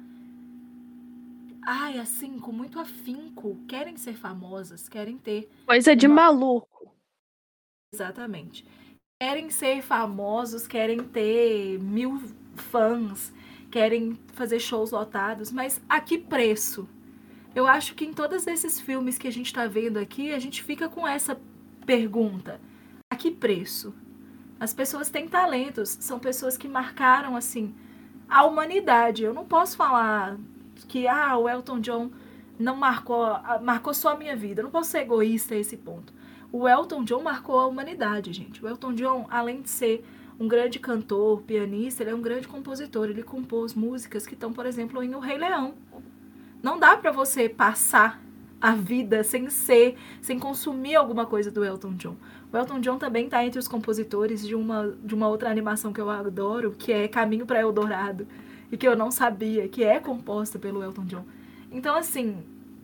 Speaker 1: assim, com muito afinco, querem ser famosas, querem ter...
Speaker 2: Coisa de maluco.
Speaker 1: Exatamente. Querem ser famosos, querem ter 1000 fãs, querem fazer shows lotados, mas a que preço? Eu acho que em todos esses filmes que a gente tá vendo aqui, a gente fica com essa pergunta: a que preço? As pessoas têm talentos, são pessoas que marcaram, assim, a humanidade. Eu não posso falar que o Elton John não marcou só a minha vida. Eu não posso ser egoísta a esse ponto. O Elton John marcou a humanidade, gente. O Elton John, além de ser um grande cantor, pianista, ele é um grande compositor. Ele compôs músicas que estão, por exemplo, em O Rei Leão. Não dá pra você passar a vida sem consumir alguma coisa do Elton John. O Elton John também tá entre os compositores de uma outra animação que eu adoro, que é Caminho para Eldorado, e que eu não sabia, que é composta pelo Elton John. Então, assim,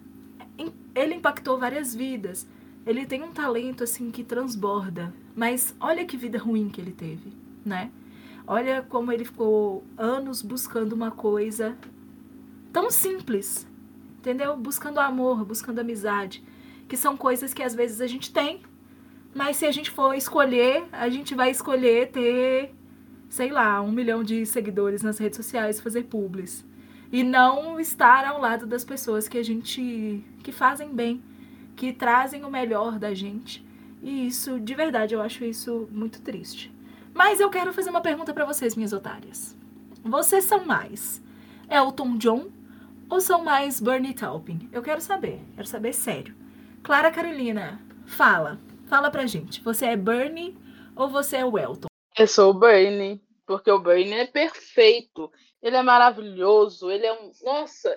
Speaker 1: ele impactou várias vidas. Ele tem um talento, assim, que transborda. Mas olha que vida ruim que ele teve, né? Olha como ele ficou anos buscando uma coisa tão simples, entendeu? Buscando amor, buscando amizade, que são coisas que às vezes a gente tem, mas se a gente for escolher, a gente vai escolher ter, sei lá, 1 milhão de seguidores nas redes sociais, fazer publis, e não estar ao lado das pessoas que fazem bem, que trazem o melhor da gente. E isso, de verdade, eu acho isso muito triste. Mas eu quero fazer uma pergunta pra vocês, minhas otárias. Vocês são mais Elton John ou são mais Bernie Taupin? Eu quero saber sério. Clara Carolina, fala pra gente. Você é Bernie ou você é o Elton?
Speaker 3: Eu sou o Bernie, porque o Bernie é perfeito. Ele é maravilhoso, ele é um... Nossa,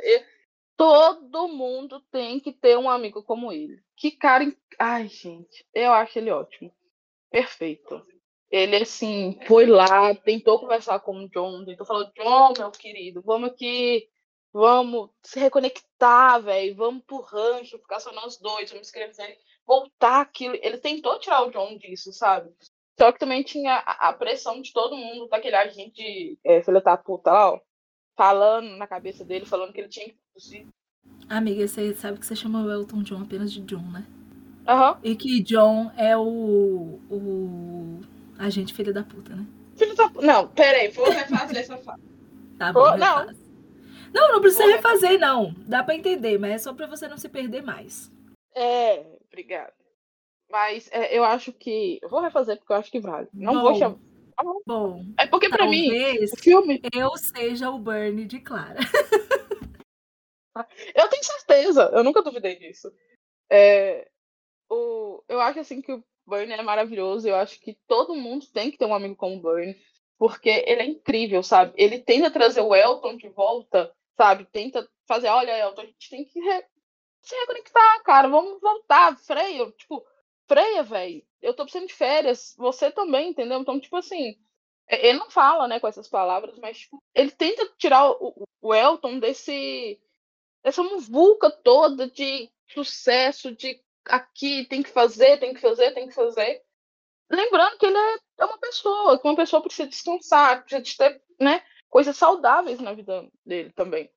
Speaker 3: todo mundo tem que ter um amigo como ele. Que cara... Ai, gente, eu acho ele ótimo. Perfeito. Ele, assim, foi lá, tentou conversar com o John, tentou falar: John, meu querido, vamos aqui, vamos se reconectar, velho, vamos pro rancho, ficar só nós dois, vamos escrever, voltar aquilo. Ele tentou tirar o John disso, sabe? Só que também tinha a pressão de todo mundo, daquele agente, filho da puta lá, ó, falando na cabeça dele, falando que ele tinha que produzir.
Speaker 1: Amiga, você sabe que você chama o Elton John apenas de John, né?
Speaker 3: Aham.
Speaker 1: E que John é o agente filho da puta, né?
Speaker 3: Filho da puta. Não, peraí, vou refazer essa fala.
Speaker 1: Tá bom, refaz. Não precisa
Speaker 3: Vou
Speaker 1: refazer, não. Dá pra entender, mas é só pra você não se perder mais.
Speaker 3: Obrigada. Mas eu acho que... Eu vou refazer porque eu acho que vale. Não
Speaker 1: Bom.
Speaker 3: vou chamar...
Speaker 1: Bom,
Speaker 3: É porque pra mim,
Speaker 1: talvez
Speaker 3: o filme,
Speaker 1: eu seja o Bernie de Clara.
Speaker 3: eu tenho certeza, eu nunca duvidei disso. É, eu acho assim que o Bernie é maravilhoso, eu acho que todo mundo tem que ter um amigo como o Bernie, porque ele é incrível, sabe? Ele tenta trazer o Elton de volta, sabe? Tenta fazer, olha, Elton, a gente tem que se reconectar, cara, vamos voltar, freia, tipo, freia, velho. Eu tô precisando de férias, você também, entendeu? Então, tipo assim, ele não fala, né, com essas palavras, mas tipo, ele tenta tirar o Elton dessa muvuca toda de sucesso, de aqui tem que fazer, tem que fazer, tem que fazer. Lembrando que ele é uma pessoa, que uma pessoa precisa descansar, precisa ter, né, coisas saudáveis na vida dele também.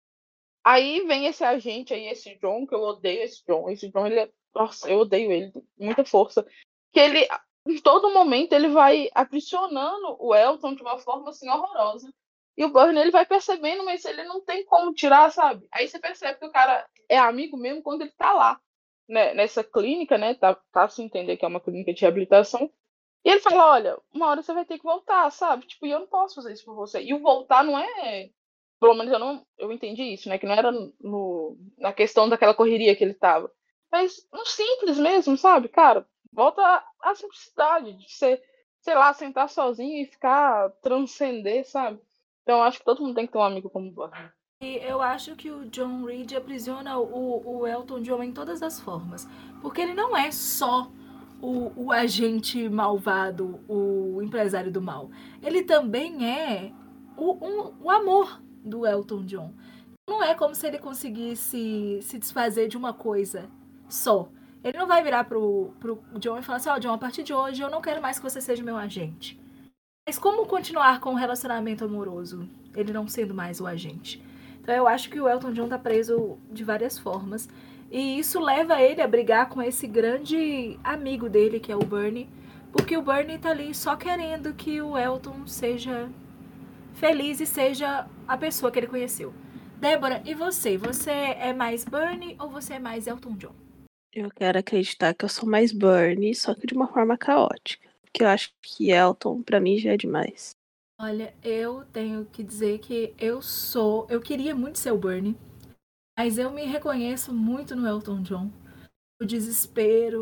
Speaker 3: Aí vem esse agente aí, esse John, que eu odeio esse John. Esse John, ele é. Nossa, eu odeio ele, com muita força. Que ele, em todo momento, ele vai aprisionando o Elton de uma forma assim horrorosa. E o Burn, ele vai percebendo, mas ele não tem como tirar, sabe? Aí você percebe que o cara é amigo mesmo quando ele tá lá, né, nessa clínica, né? Tá se entender que é uma clínica de reabilitação. E ele fala: olha, uma hora você vai ter que voltar, sabe? Tipo, e eu não posso fazer isso por você. E o voltar não é. Pelo menos eu entendi isso, né? Que não era na questão daquela correria que ele tava. Mas no simples mesmo, sabe? Cara, volta à simplicidade de você, sei lá, sentar sozinho e ficar transcender, sabe? Então eu acho que todo mundo tem que ter um amigo como o Burger.
Speaker 1: E eu acho que o John Reed aprisiona o Elton John em todas as formas. Porque ele não é só o agente malvado, o empresário do mal. Ele também é o amor do Elton John. Não é como se ele conseguisse se desfazer de uma coisa só. Ele não vai virar pro John e falar assim: ó, John, a partir de hoje eu não quero mais que você seja meu agente. Mas como continuar com um relacionamento amoroso, ele não sendo mais o agente? Então eu acho que o Elton John tá preso de várias formas. E isso leva ele a brigar com esse grande amigo dele, que é o Bernie. Porque o Bernie tá ali só querendo que o Elton seja feliz e seja a pessoa que ele conheceu. Débora, e você? Você é mais Bernie ou você é mais Elton John?
Speaker 2: Eu quero acreditar que eu sou mais Bernie, só que de uma forma caótica. Porque eu acho que Elton, pra mim, já é demais.
Speaker 1: Olha, eu tenho que dizer que eu queria muito ser o Bernie, mas eu me reconheço muito no Elton John. No desespero,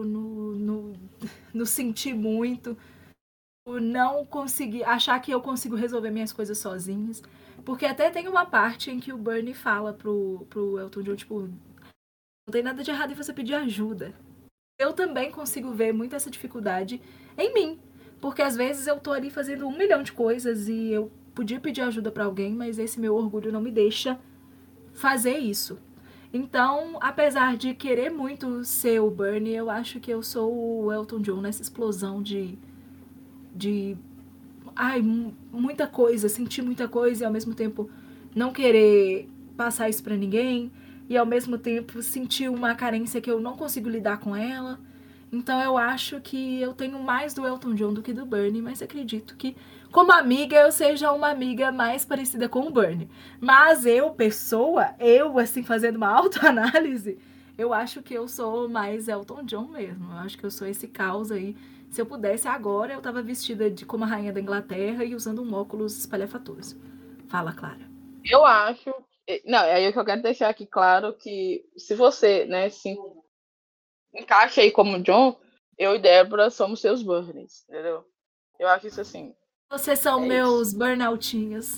Speaker 1: no sentir muito, no não conseguir, achar que eu consigo resolver minhas coisas sozinhas. Porque até tem uma parte em que o Bernie fala pro Elton John, tipo, não tem nada de errado em você pedir ajuda. Eu também consigo ver muito essa dificuldade em mim. Porque às vezes eu tô ali fazendo 1 milhão de coisas e eu podia pedir ajuda pra alguém, mas esse meu orgulho não me deixa fazer isso. Então, apesar de querer muito ser o Bernie, eu acho que eu sou o Elton John nessa explosão de ai, muita coisa, sentir muita coisa e ao mesmo tempo não querer passar isso pra ninguém e ao mesmo tempo sentir uma carência que eu não consigo lidar com ela. Então eu acho que eu tenho mais do Elton John do que do Bernie, mas acredito que, como amiga, eu seja uma amiga mais parecida com o Bernie. Mas eu, pessoa, eu, assim, fazendo uma autoanálise, eu acho que eu sou mais Elton John mesmo. Eu acho que eu sou esse caos aí. Se eu pudesse agora, eu tava vestida como a rainha da Inglaterra e usando um óculos espalhafatoso. Fala, Clara.
Speaker 3: Eu acho. Não, é aí que eu quero deixar aqui claro que se você, né, se encaixa aí como John, eu e Débora somos seus Burnies, entendeu? Eu acho isso assim.
Speaker 1: Vocês são
Speaker 3: É isso.
Speaker 1: meus burnoutinhos.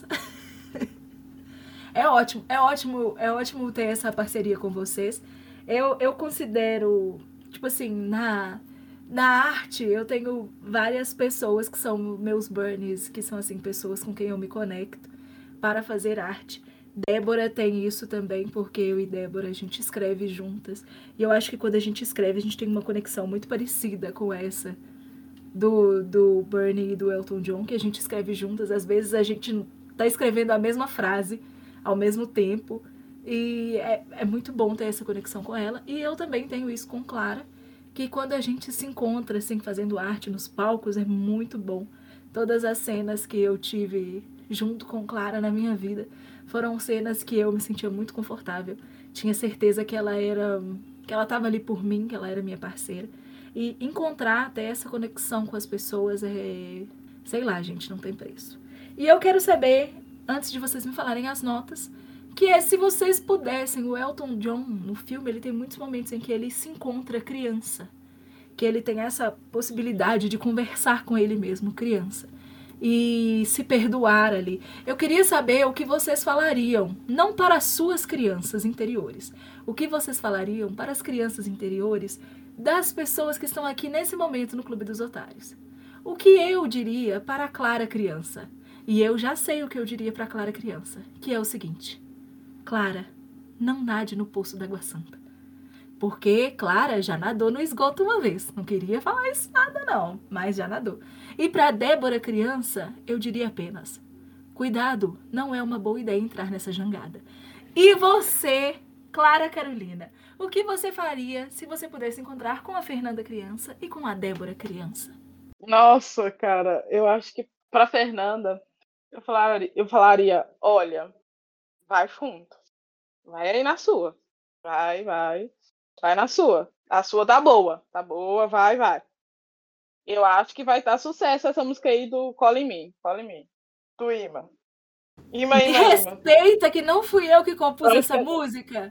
Speaker 1: É ótimo ter essa parceria com vocês. Eu considero, tipo assim, na arte, eu tenho várias pessoas que são meus burnies, que são, assim, pessoas com quem eu me conecto para fazer arte. Débora tem isso também, porque eu e Débora, a gente escreve juntas. E eu acho que quando a gente escreve, a gente tem uma conexão muito parecida com essa do Bernie e do Elton John, que a gente escreve juntas. Às vezes a gente tá escrevendo a mesma frase ao mesmo tempo. E é muito bom ter essa conexão com ela. E eu também tenho isso com Clara, que quando a gente se encontra, assim, fazendo arte nos palcos, é muito bom. Todas as cenas que eu tive junto com Clara na minha vida foram cenas que eu me sentia muito confortável. Tinha certeza que ela estava ali por mim, que ela era minha parceira. E encontrar até essa conexão com as pessoas Sei lá, gente, não tem preço. E eu quero saber, antes de vocês me falarem as notas, que é se vocês pudessem, o Elton John, no filme, ele tem muitos momentos em que ele se encontra criança. Que ele tem essa possibilidade de conversar com ele mesmo, criança. E se perdoar ali. Eu queria saber o que vocês falariam, não para as suas crianças interiores, o que vocês falariam para as crianças interiores das pessoas que estão aqui nesse momento no Clube dos Otários. O que eu diria para a Clara criança? E eu já sei o que eu diria para a Clara criança, que é o seguinte: Clara, não nade no poço d'água santa. Porque Clara já nadou no esgoto uma vez. Não queria falar isso nada não, mas já nadou. E para Débora criança, eu diria apenas: cuidado, não é uma boa ideia entrar nessa jangada. E você, Clara Carolina, o que você faria se você pudesse encontrar com a Fernanda criança e com a Débora criança?
Speaker 3: Nossa, cara, eu acho que pra Fernanda, eu falaria, olha, vai fundo. Vai aí na sua. Vai na sua. A sua tá boa, vai. Eu acho que vai estar sucesso essa música aí do Cola em Mim, do Ima. Ima.
Speaker 1: Respeita que não fui eu que compus essa música.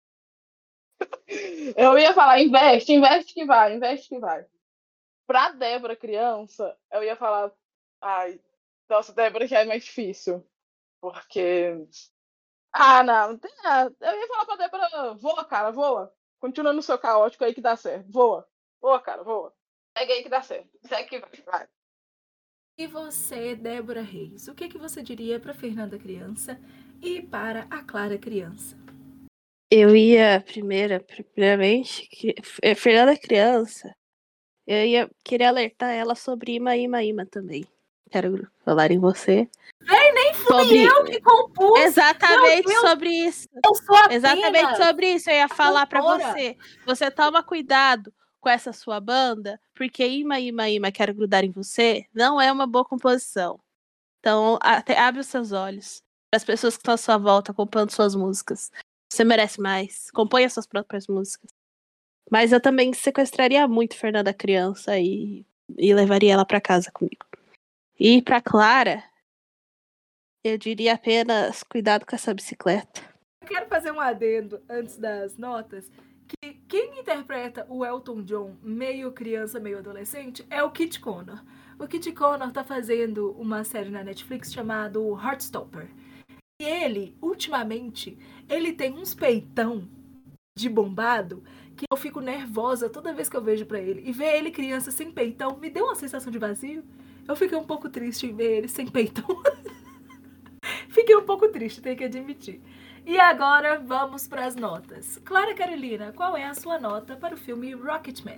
Speaker 3: Eu ia falar, investe que vai. Pra Débora criança, eu ia falar, ai, nossa, Débora já é mais difícil. Porque. Não. Eu ia falar pra Débora, voa, cara, voa. Continua no seu caótico aí que dá certo. Voa, cara, voa. Segue aí que dá certo. Segue que vai.
Speaker 1: E você, Débora Reis, o que você diria para Fernanda criança e para a Clara criança?
Speaker 2: Eu ia, primeiramente, Fernanda criança, eu ia querer alertar ela sobre Ima também. Quero falar em você.
Speaker 1: Nem fui eu que compus!
Speaker 2: Exatamente sobre isso.
Speaker 1: Eu sou apenas
Speaker 2: Exatamente sobre isso. Eu ia falar pra
Speaker 1: cantora.
Speaker 2: você. Você toma cuidado com essa sua banda, porque Ima, quero grudar em você, não é uma boa composição. Então, abre os seus olhos para as pessoas que estão à sua volta acompanhando suas músicas. Você merece mais. Componha suas próprias músicas. Mas eu também sequestraria muito Fernanda criança e levaria ela para casa comigo. E para Clara, eu diria apenas cuidado com essa bicicleta.
Speaker 1: Eu quero fazer um adendo antes das notas, que quem interpreta o Elton John meio criança, meio adolescente é o Kit Connor. O Kit Connor tá fazendo uma série na Netflix chamada Heartstopper. E ele, ultimamente, ele tem uns peitão de bombado que eu fico nervosa toda vez que eu vejo pra ele. E ver ele criança sem peitão me deu uma sensação de vazio. Eu fiquei um pouco triste em ver ele sem peitão. Fiquei um pouco triste, tenho que admitir. E agora vamos para as notas. Clara Carolina, qual é a sua nota para o filme Rocketman?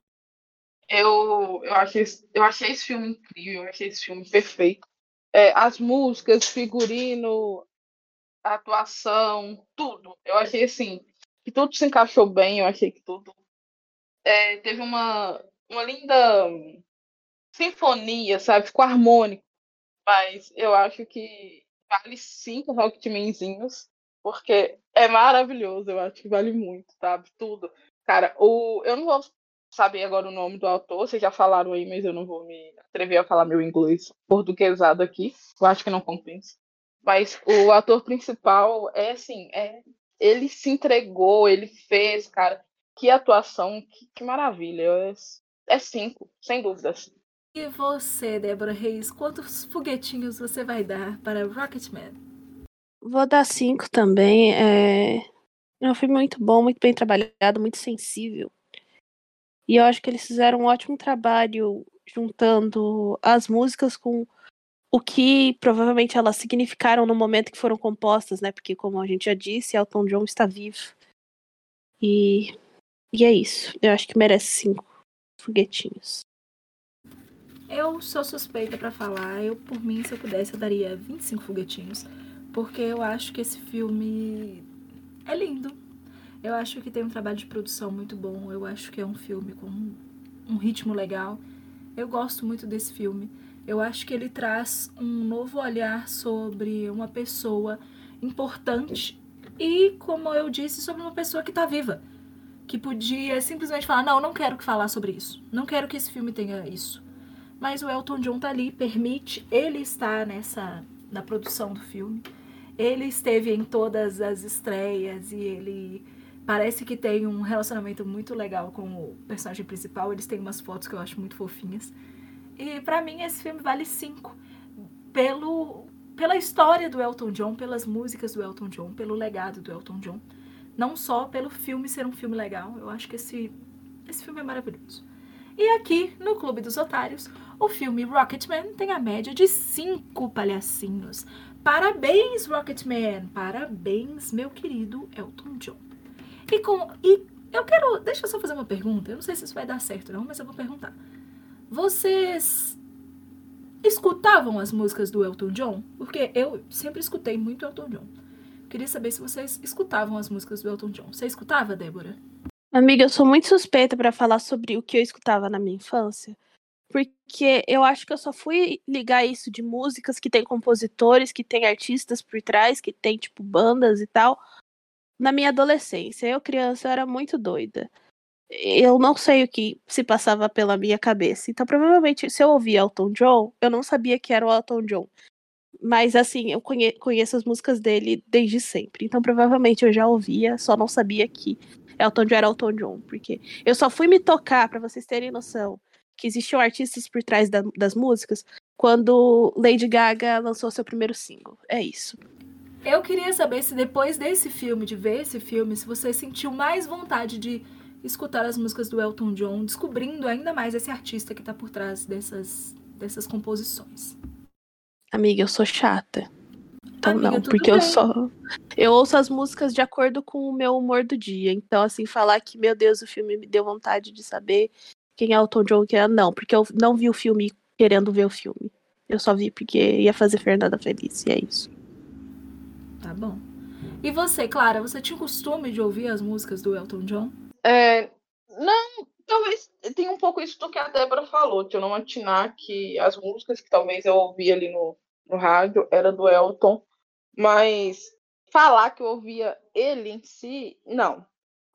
Speaker 3: Eu achei esse filme incrível, eu achei esse filme perfeito. As músicas, figurino, a atuação, tudo. Eu achei assim, que tudo se encaixou bem, eu achei que tudo teve uma linda sinfonia, sabe? Ficou harmônico. Mas eu acho que vale 5 Rocketmanzinhos, porque é maravilhoso, eu acho que vale muito, sabe? Tudo. Cara, eu não vou saber agora o nome do autor, vocês já falaram aí, mas eu não vou me atrever a falar meu inglês portuguesado aqui, eu acho que não compensa. Mas o ator principal ele se entregou, ele fez, cara, que atuação, que maravilha. É 5, sem dúvidas.
Speaker 1: E você, Débora Reis, quantos foguetinhos você vai dar para Rocketman?
Speaker 2: Vou dar 5 também. É um filme muito bom, muito bem trabalhado, muito sensível. E eu acho que eles fizeram um ótimo trabalho juntando as músicas com o que provavelmente elas significaram no momento que foram compostas, né? Porque, como a gente já disse, Elton John está vivo. E é isso. Eu acho que merece 5 foguetinhos.
Speaker 1: Eu sou suspeita para falar. Eu, por mim, se eu pudesse, eu daria 25 foguetinhos. Porque eu acho que esse filme é lindo. Eu acho que tem um trabalho de produção muito bom. Eu acho que é um filme com um ritmo legal. Eu gosto muito desse filme. Eu acho que ele traz um novo olhar sobre uma pessoa importante e, como eu disse, sobre uma pessoa que está viva. Que podia simplesmente falar, não quero falar sobre isso. Não quero que esse filme tenha isso. mas o Elton John tá ali, permite, ele está na produção do filme. Ele esteve em todas as estreias e ele parece que tem um relacionamento muito legal com o personagem principal. Eles têm umas fotos que eu acho muito fofinhas. E pra mim esse filme vale 5. Pela história do Elton John, pelas músicas do Elton John, pelo legado do Elton John. Não só pelo filme ser um filme legal. Eu acho que esse filme é maravilhoso. E aqui, no Clube dos Otários, o filme Rocketman tem a média de 5 palhacinhos. Parabéns, Rocketman! Parabéns, meu querido Elton John. E eu quero... Deixa eu só fazer uma pergunta. Eu não sei se isso vai dar certo não, mas eu vou perguntar. Vocês escutavam as músicas do Elton John? Porque eu sempre escutei muito Elton John. Queria saber se vocês escutavam as músicas do Elton John. Você escutava, Débora?
Speaker 2: Amiga, eu sou muito suspeita pra falar sobre o que eu escutava na minha infância, porque eu acho que eu só fui ligar isso de músicas que tem compositores, que tem artistas por trás, que tem, tipo, bandas e tal, na minha adolescência. Eu, criança, era muito doida. Eu não sei o que se passava pela minha cabeça. Então, provavelmente, se eu ouvia Elton John, eu não sabia que era o Elton John. Mas, assim, eu conheço as músicas dele desde sempre. Então, provavelmente, eu já ouvia, só não sabia que Elton John era Elton John. Porque eu só fui me tocar, pra vocês terem noção, que existiam artistas por trás das músicas, quando Lady Gaga lançou seu primeiro single. É isso.
Speaker 1: Eu queria saber se depois desse filme, de ver esse filme, se você sentiu mais vontade de escutar as músicas do Elton John, descobrindo ainda mais esse artista que tá por trás dessas composições.
Speaker 2: Amiga, eu sou chata. Então
Speaker 1: Amiga,
Speaker 2: não,
Speaker 1: tudo
Speaker 2: porque
Speaker 1: bem.
Speaker 2: eu ouço as músicas de acordo com o meu humor do dia. Então, assim, falar que, meu Deus, o filme me deu vontade de saber quem é Elton John, que é, não, porque eu não vi o filme querendo ver o filme. Eu só vi porque ia fazer Fernanda feliz, e é isso.
Speaker 1: Tá bom. E você, Clara, você tinha o costume de ouvir as músicas do Elton John?
Speaker 3: Não, talvez tenha um pouco isso do que a Débora falou, de eu não atinar que as músicas que talvez eu ouvia ali no rádio era do Elton, mas falar que eu ouvia ele em si, não,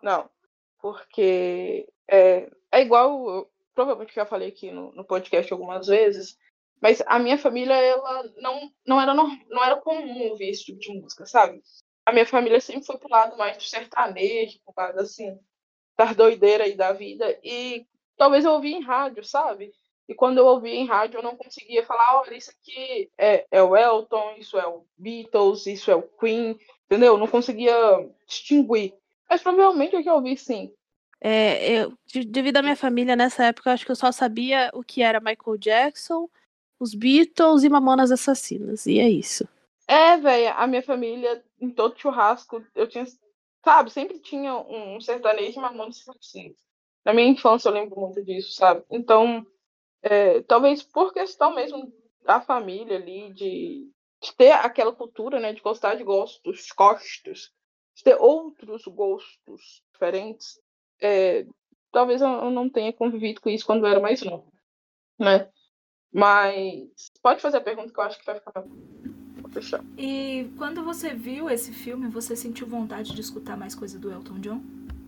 Speaker 3: porque é igual, eu provavelmente já falei aqui no podcast algumas vezes, mas a minha família, ela não era comum ouvir esse tipo de música, sabe? A minha família sempre foi pro lado mais do sertanejo, pro lado assim, das doideiras aí da vida, e talvez eu ouvi em rádio, sabe? E quando eu ouvi em rádio, eu não conseguia falar, olha, isso aqui é o Elton, isso é o Beatles, isso é o Queen, entendeu? Eu não conseguia distinguir. Mas provavelmente eu já ouvi sim.
Speaker 2: Devido à minha família, nessa época, eu acho que eu só sabia o que era Michael Jackson, os Beatles e Mamonas Assassinas, e é isso.
Speaker 3: Velho, a minha família, em todo churrasco, eu tinha, sabe, sempre tinha um sertanejo e Mamonas Assassinas. Na minha infância eu lembro muito disso, sabe? Então, talvez por questão mesmo da família ali, de ter aquela cultura, né, de gostar de gostos, de ter outros gostos diferentes, talvez eu não tenha convivido com isso quando eu era mais novo, né? Mas pode fazer a pergunta que eu acho que vai ficar. Vou fechar.
Speaker 1: E quando você viu esse filme, você sentiu vontade de escutar mais coisa do Elton John?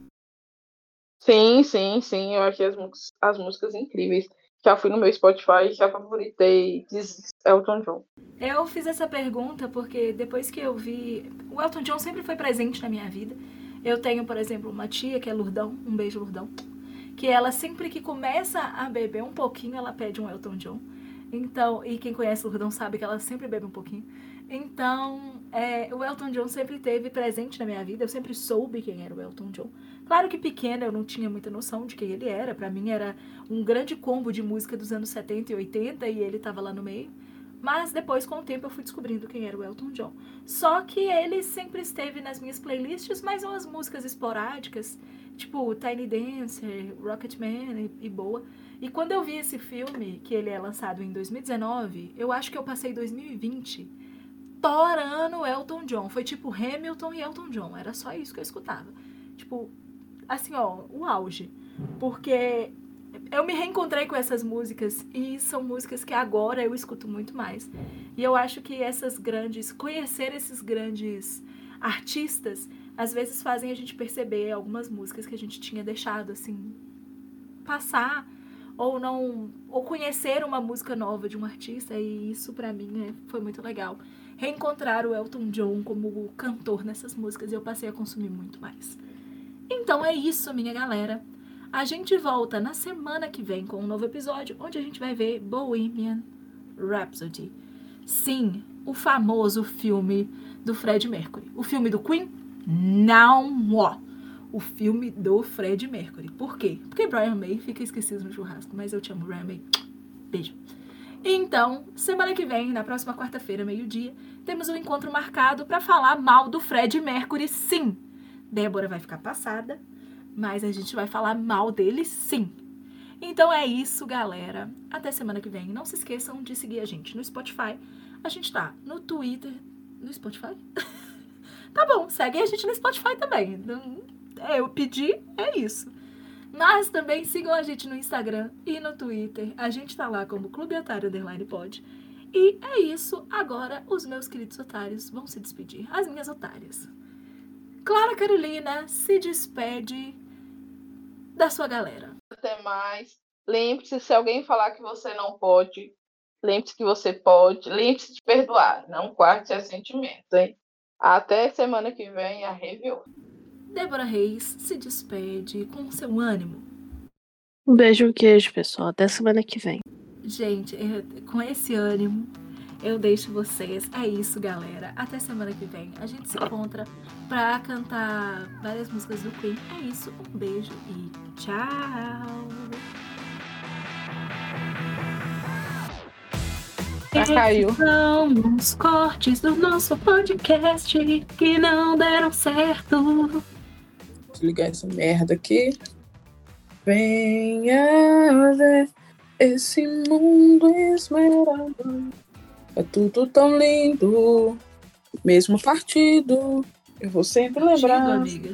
Speaker 3: Sim, eu achei as músicas incríveis. Já fui no meu Spotify, já favoritei Elton John.
Speaker 1: Eu fiz essa pergunta porque depois que eu vi... O Elton John sempre foi presente na minha vida. Eu tenho, por exemplo, uma tia que é Lurdão, um beijo Lurdão, que ela sempre que começa a beber um pouquinho, ela pede um Elton John. Então, e quem conhece Lurdão sabe que ela sempre bebe um pouquinho. Então, o Elton John sempre esteve presente na minha vida. Eu sempre soube quem era o Elton John. Claro que pequena eu não tinha muita noção de quem ele era. Pra mim era um grande combo de música dos anos 70 e 80 e ele tava lá no meio. Mas depois, com o tempo, eu fui descobrindo quem era o Elton John. Só que ele sempre esteve nas minhas playlists, mas umas músicas esporádicas, tipo Tiny Dancer, Rocketman e boa. E quando eu vi esse filme, que ele é lançado em 2019, eu acho que eu passei 2020 torando Elton John. Foi tipo Hamilton e Elton John. Era só isso que eu escutava. Tipo, assim, ó, o auge. Porque eu me reencontrei com essas músicas e são músicas que agora eu escuto muito mais. E eu acho que conhecer esses grandes artistas, às vezes fazem a gente perceber algumas músicas que a gente tinha deixado, assim, passar, ou conhecer uma música nova de um artista, e isso pra mim foi muito legal. Reencontrar o Elton John como cantor nessas músicas, e eu passei a consumir muito mais. Então é isso, minha galera. A gente volta na semana que vem com um novo episódio, onde a gente vai ver Bohemian Rhapsody. Sim, o famoso filme do Freddie Mercury. O filme do Queen? Não, ó. O filme do Freddie Mercury. Por quê? Porque Brian May fica esquecido no churrasco, mas eu te amo, Brian May. Beijo. Então, semana que vem, na próxima quarta-feira, meio-dia, temos um encontro marcado para falar mal do Freddie Mercury, sim. Débora vai ficar passada, mas a gente vai falar mal dele, sim. Então é isso, galera. Até semana que vem. Não se esqueçam de seguir a gente no Spotify. A gente tá no Twitter. No Spotify? Tá bom, segue a gente no Spotify também. Eu pedi, é isso. Mas também sigam a gente no Instagram e no Twitter. A gente tá lá como Clube Otário _pod. E é isso. Agora os meus queridos otários vão se despedir. As minhas otárias. Clara Carolina se despede da sua galera.
Speaker 3: Até mais. Lembre-se, se alguém falar que você não pode, lembre-se que você pode. Lembre-se de perdoar. Não guarde seus sentimentos, hein? Até semana que vem, a review.
Speaker 1: Débora Reis se despede com seu ânimo.
Speaker 2: Um beijo e um queijo, pessoal. Até semana que vem.
Speaker 1: Gente, com esse ânimo, eu deixo vocês. É isso, galera. Até semana que vem. A gente se encontra pra cantar várias músicas do Queen. É isso. Um beijo e tchau.
Speaker 3: Caiu.
Speaker 1: São os cortes do nosso podcast que não deram certo.
Speaker 3: Desligar essa merda aqui. Venha ver esse mundo esmeralda. É tudo tão lindo. Mesmo partido. Eu vou sempre lembrar.
Speaker 1: Partido, amiga.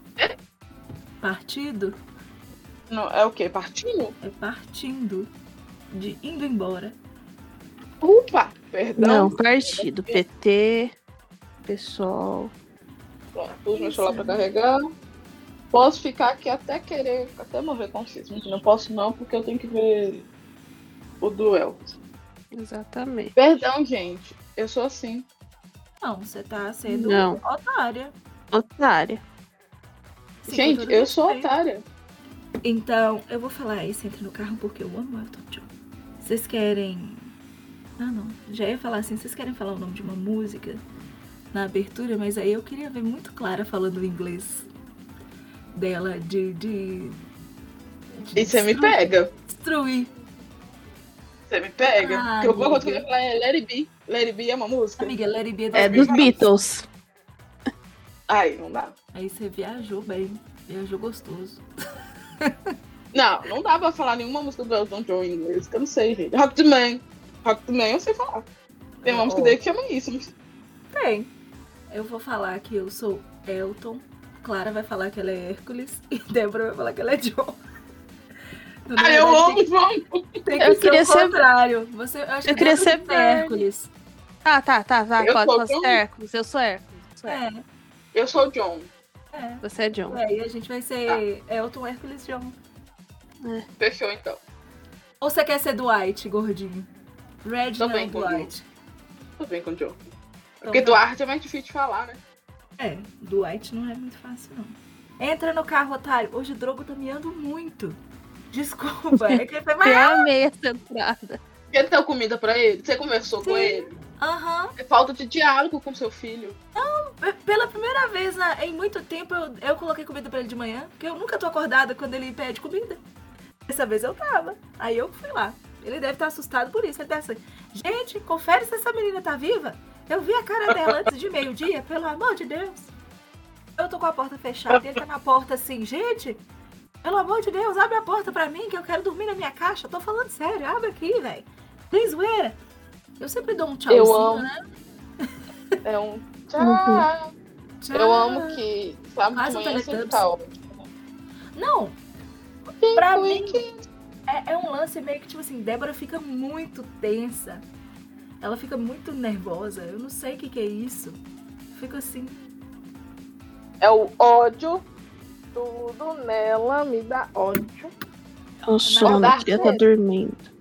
Speaker 1: Partido
Speaker 3: Não, é o quê? Partido?
Speaker 1: é partindo de indo embora.
Speaker 3: Opa! Perdão.
Speaker 2: Não, partido. PT, PSOL.
Speaker 3: Pronto, pus meu celular pra carregar. Posso ficar aqui até morrer com cisma. Não posso não, porque eu tenho que ver o duelo.
Speaker 2: Exatamente.
Speaker 3: Perdão, gente. Eu sou assim.
Speaker 1: Não, você tá sendo
Speaker 2: Não.
Speaker 1: otária.
Speaker 2: Otária.
Speaker 1: Sim, com
Speaker 3: Gente,
Speaker 1: todo
Speaker 3: eu sou
Speaker 1: respeito.
Speaker 3: otária.
Speaker 1: Então, eu vou falar isso, entre no carro, porque eu amo Elton John. Vocês querem... Ah, não. Já ia falar assim, vocês querem falar o nome de uma música na abertura, mas aí eu queria ver muito Clara falando o inglês dela de
Speaker 3: E você me pega.
Speaker 1: destruir.
Speaker 3: Você me pega.
Speaker 1: Ah,
Speaker 3: Porque eu vou
Speaker 1: amiga.
Speaker 3: conseguir falar Let It Be. Let It Be é uma música.
Speaker 1: Amiga, Let It Be
Speaker 2: É dos Beatles.
Speaker 3: Ai, não dá.
Speaker 1: Aí você viajou bem. Viajou gostoso.
Speaker 3: Não dá pra falar nenhuma música do Elton John em inglês, que eu não sei, gente. Rock the Man. Rock the Man eu sei falar. Tem uma música dele que chama isso.
Speaker 1: Tem. Eu vou falar que eu sou Elton. Clara vai falar que ela é Hércules. E Débora vai falar que ela é John. Na
Speaker 3: Ai, eu
Speaker 1: verdade,
Speaker 3: amo, vamos.
Speaker 1: Tem que
Speaker 2: Eu
Speaker 1: ser
Speaker 2: queria
Speaker 1: o
Speaker 2: ser-
Speaker 1: contrário. Você, eu acho
Speaker 2: Eu
Speaker 1: que
Speaker 2: queria
Speaker 1: Débora
Speaker 2: ser
Speaker 1: tem que Hércules.
Speaker 2: Tá.
Speaker 3: Eu
Speaker 2: Pode
Speaker 3: sou
Speaker 2: fazer
Speaker 3: John.
Speaker 2: Hércules. Eu sou Hércules.
Speaker 3: Eu sou o John.
Speaker 1: É.
Speaker 2: Você é John.
Speaker 1: E a gente vai ser Elton, Hércules, John.
Speaker 3: Fechou, então.
Speaker 1: Ou você quer ser Dwight, gordinho? Red
Speaker 3: Tô
Speaker 1: não,
Speaker 3: bem com
Speaker 1: Dwight.
Speaker 3: Tudo bem com o John.
Speaker 1: Então
Speaker 3: Porque
Speaker 1: tá.
Speaker 3: Duarte é mais difícil de falar, né?
Speaker 1: É, Dwight não é muito fácil, não. Entra no carro, otário. Hoje o Drogo tá miando muito. Desculpa. É que ele foi
Speaker 2: Eu
Speaker 1: mais...
Speaker 2: amei essa entrada.
Speaker 3: Você deu comida pra ele? Você conversou com ele?
Speaker 1: Aham.
Speaker 3: É falta de diálogo com seu filho.
Speaker 1: Pela primeira vez em muito tempo, eu coloquei comida pra ele de manhã. Porque eu nunca tô acordada quando ele pede comida. Dessa vez eu tava. Aí eu fui lá. Ele deve estar assustado por isso. Ele deve ser, gente, confere se essa menina tá viva. Eu vi a cara dela antes de meio-dia, pelo amor de Deus. Eu tô com a porta fechada e ele tá na porta assim, gente, pelo amor de Deus, abre a porta pra mim que eu quero dormir na minha caixa. Tô falando sério, abre aqui, velho. Tem zoeira. Eu sempre dou um tchauzinho,
Speaker 3: amo.
Speaker 1: né?
Speaker 3: É um tchau.
Speaker 1: Tchau.
Speaker 3: Eu amo que sábado
Speaker 1: Quase
Speaker 3: de
Speaker 1: um
Speaker 3: manhã sempre
Speaker 1: Teletubbies.
Speaker 3: tá ótimo.
Speaker 1: Não, pra mim é um lance meio que tipo assim, Débora fica muito tensa. Ela fica muito nervosa. Eu não sei o que é isso. Fico assim.
Speaker 3: É o ódio. Tudo nela me dá ódio.
Speaker 2: É um sono, a cria tá dormindo.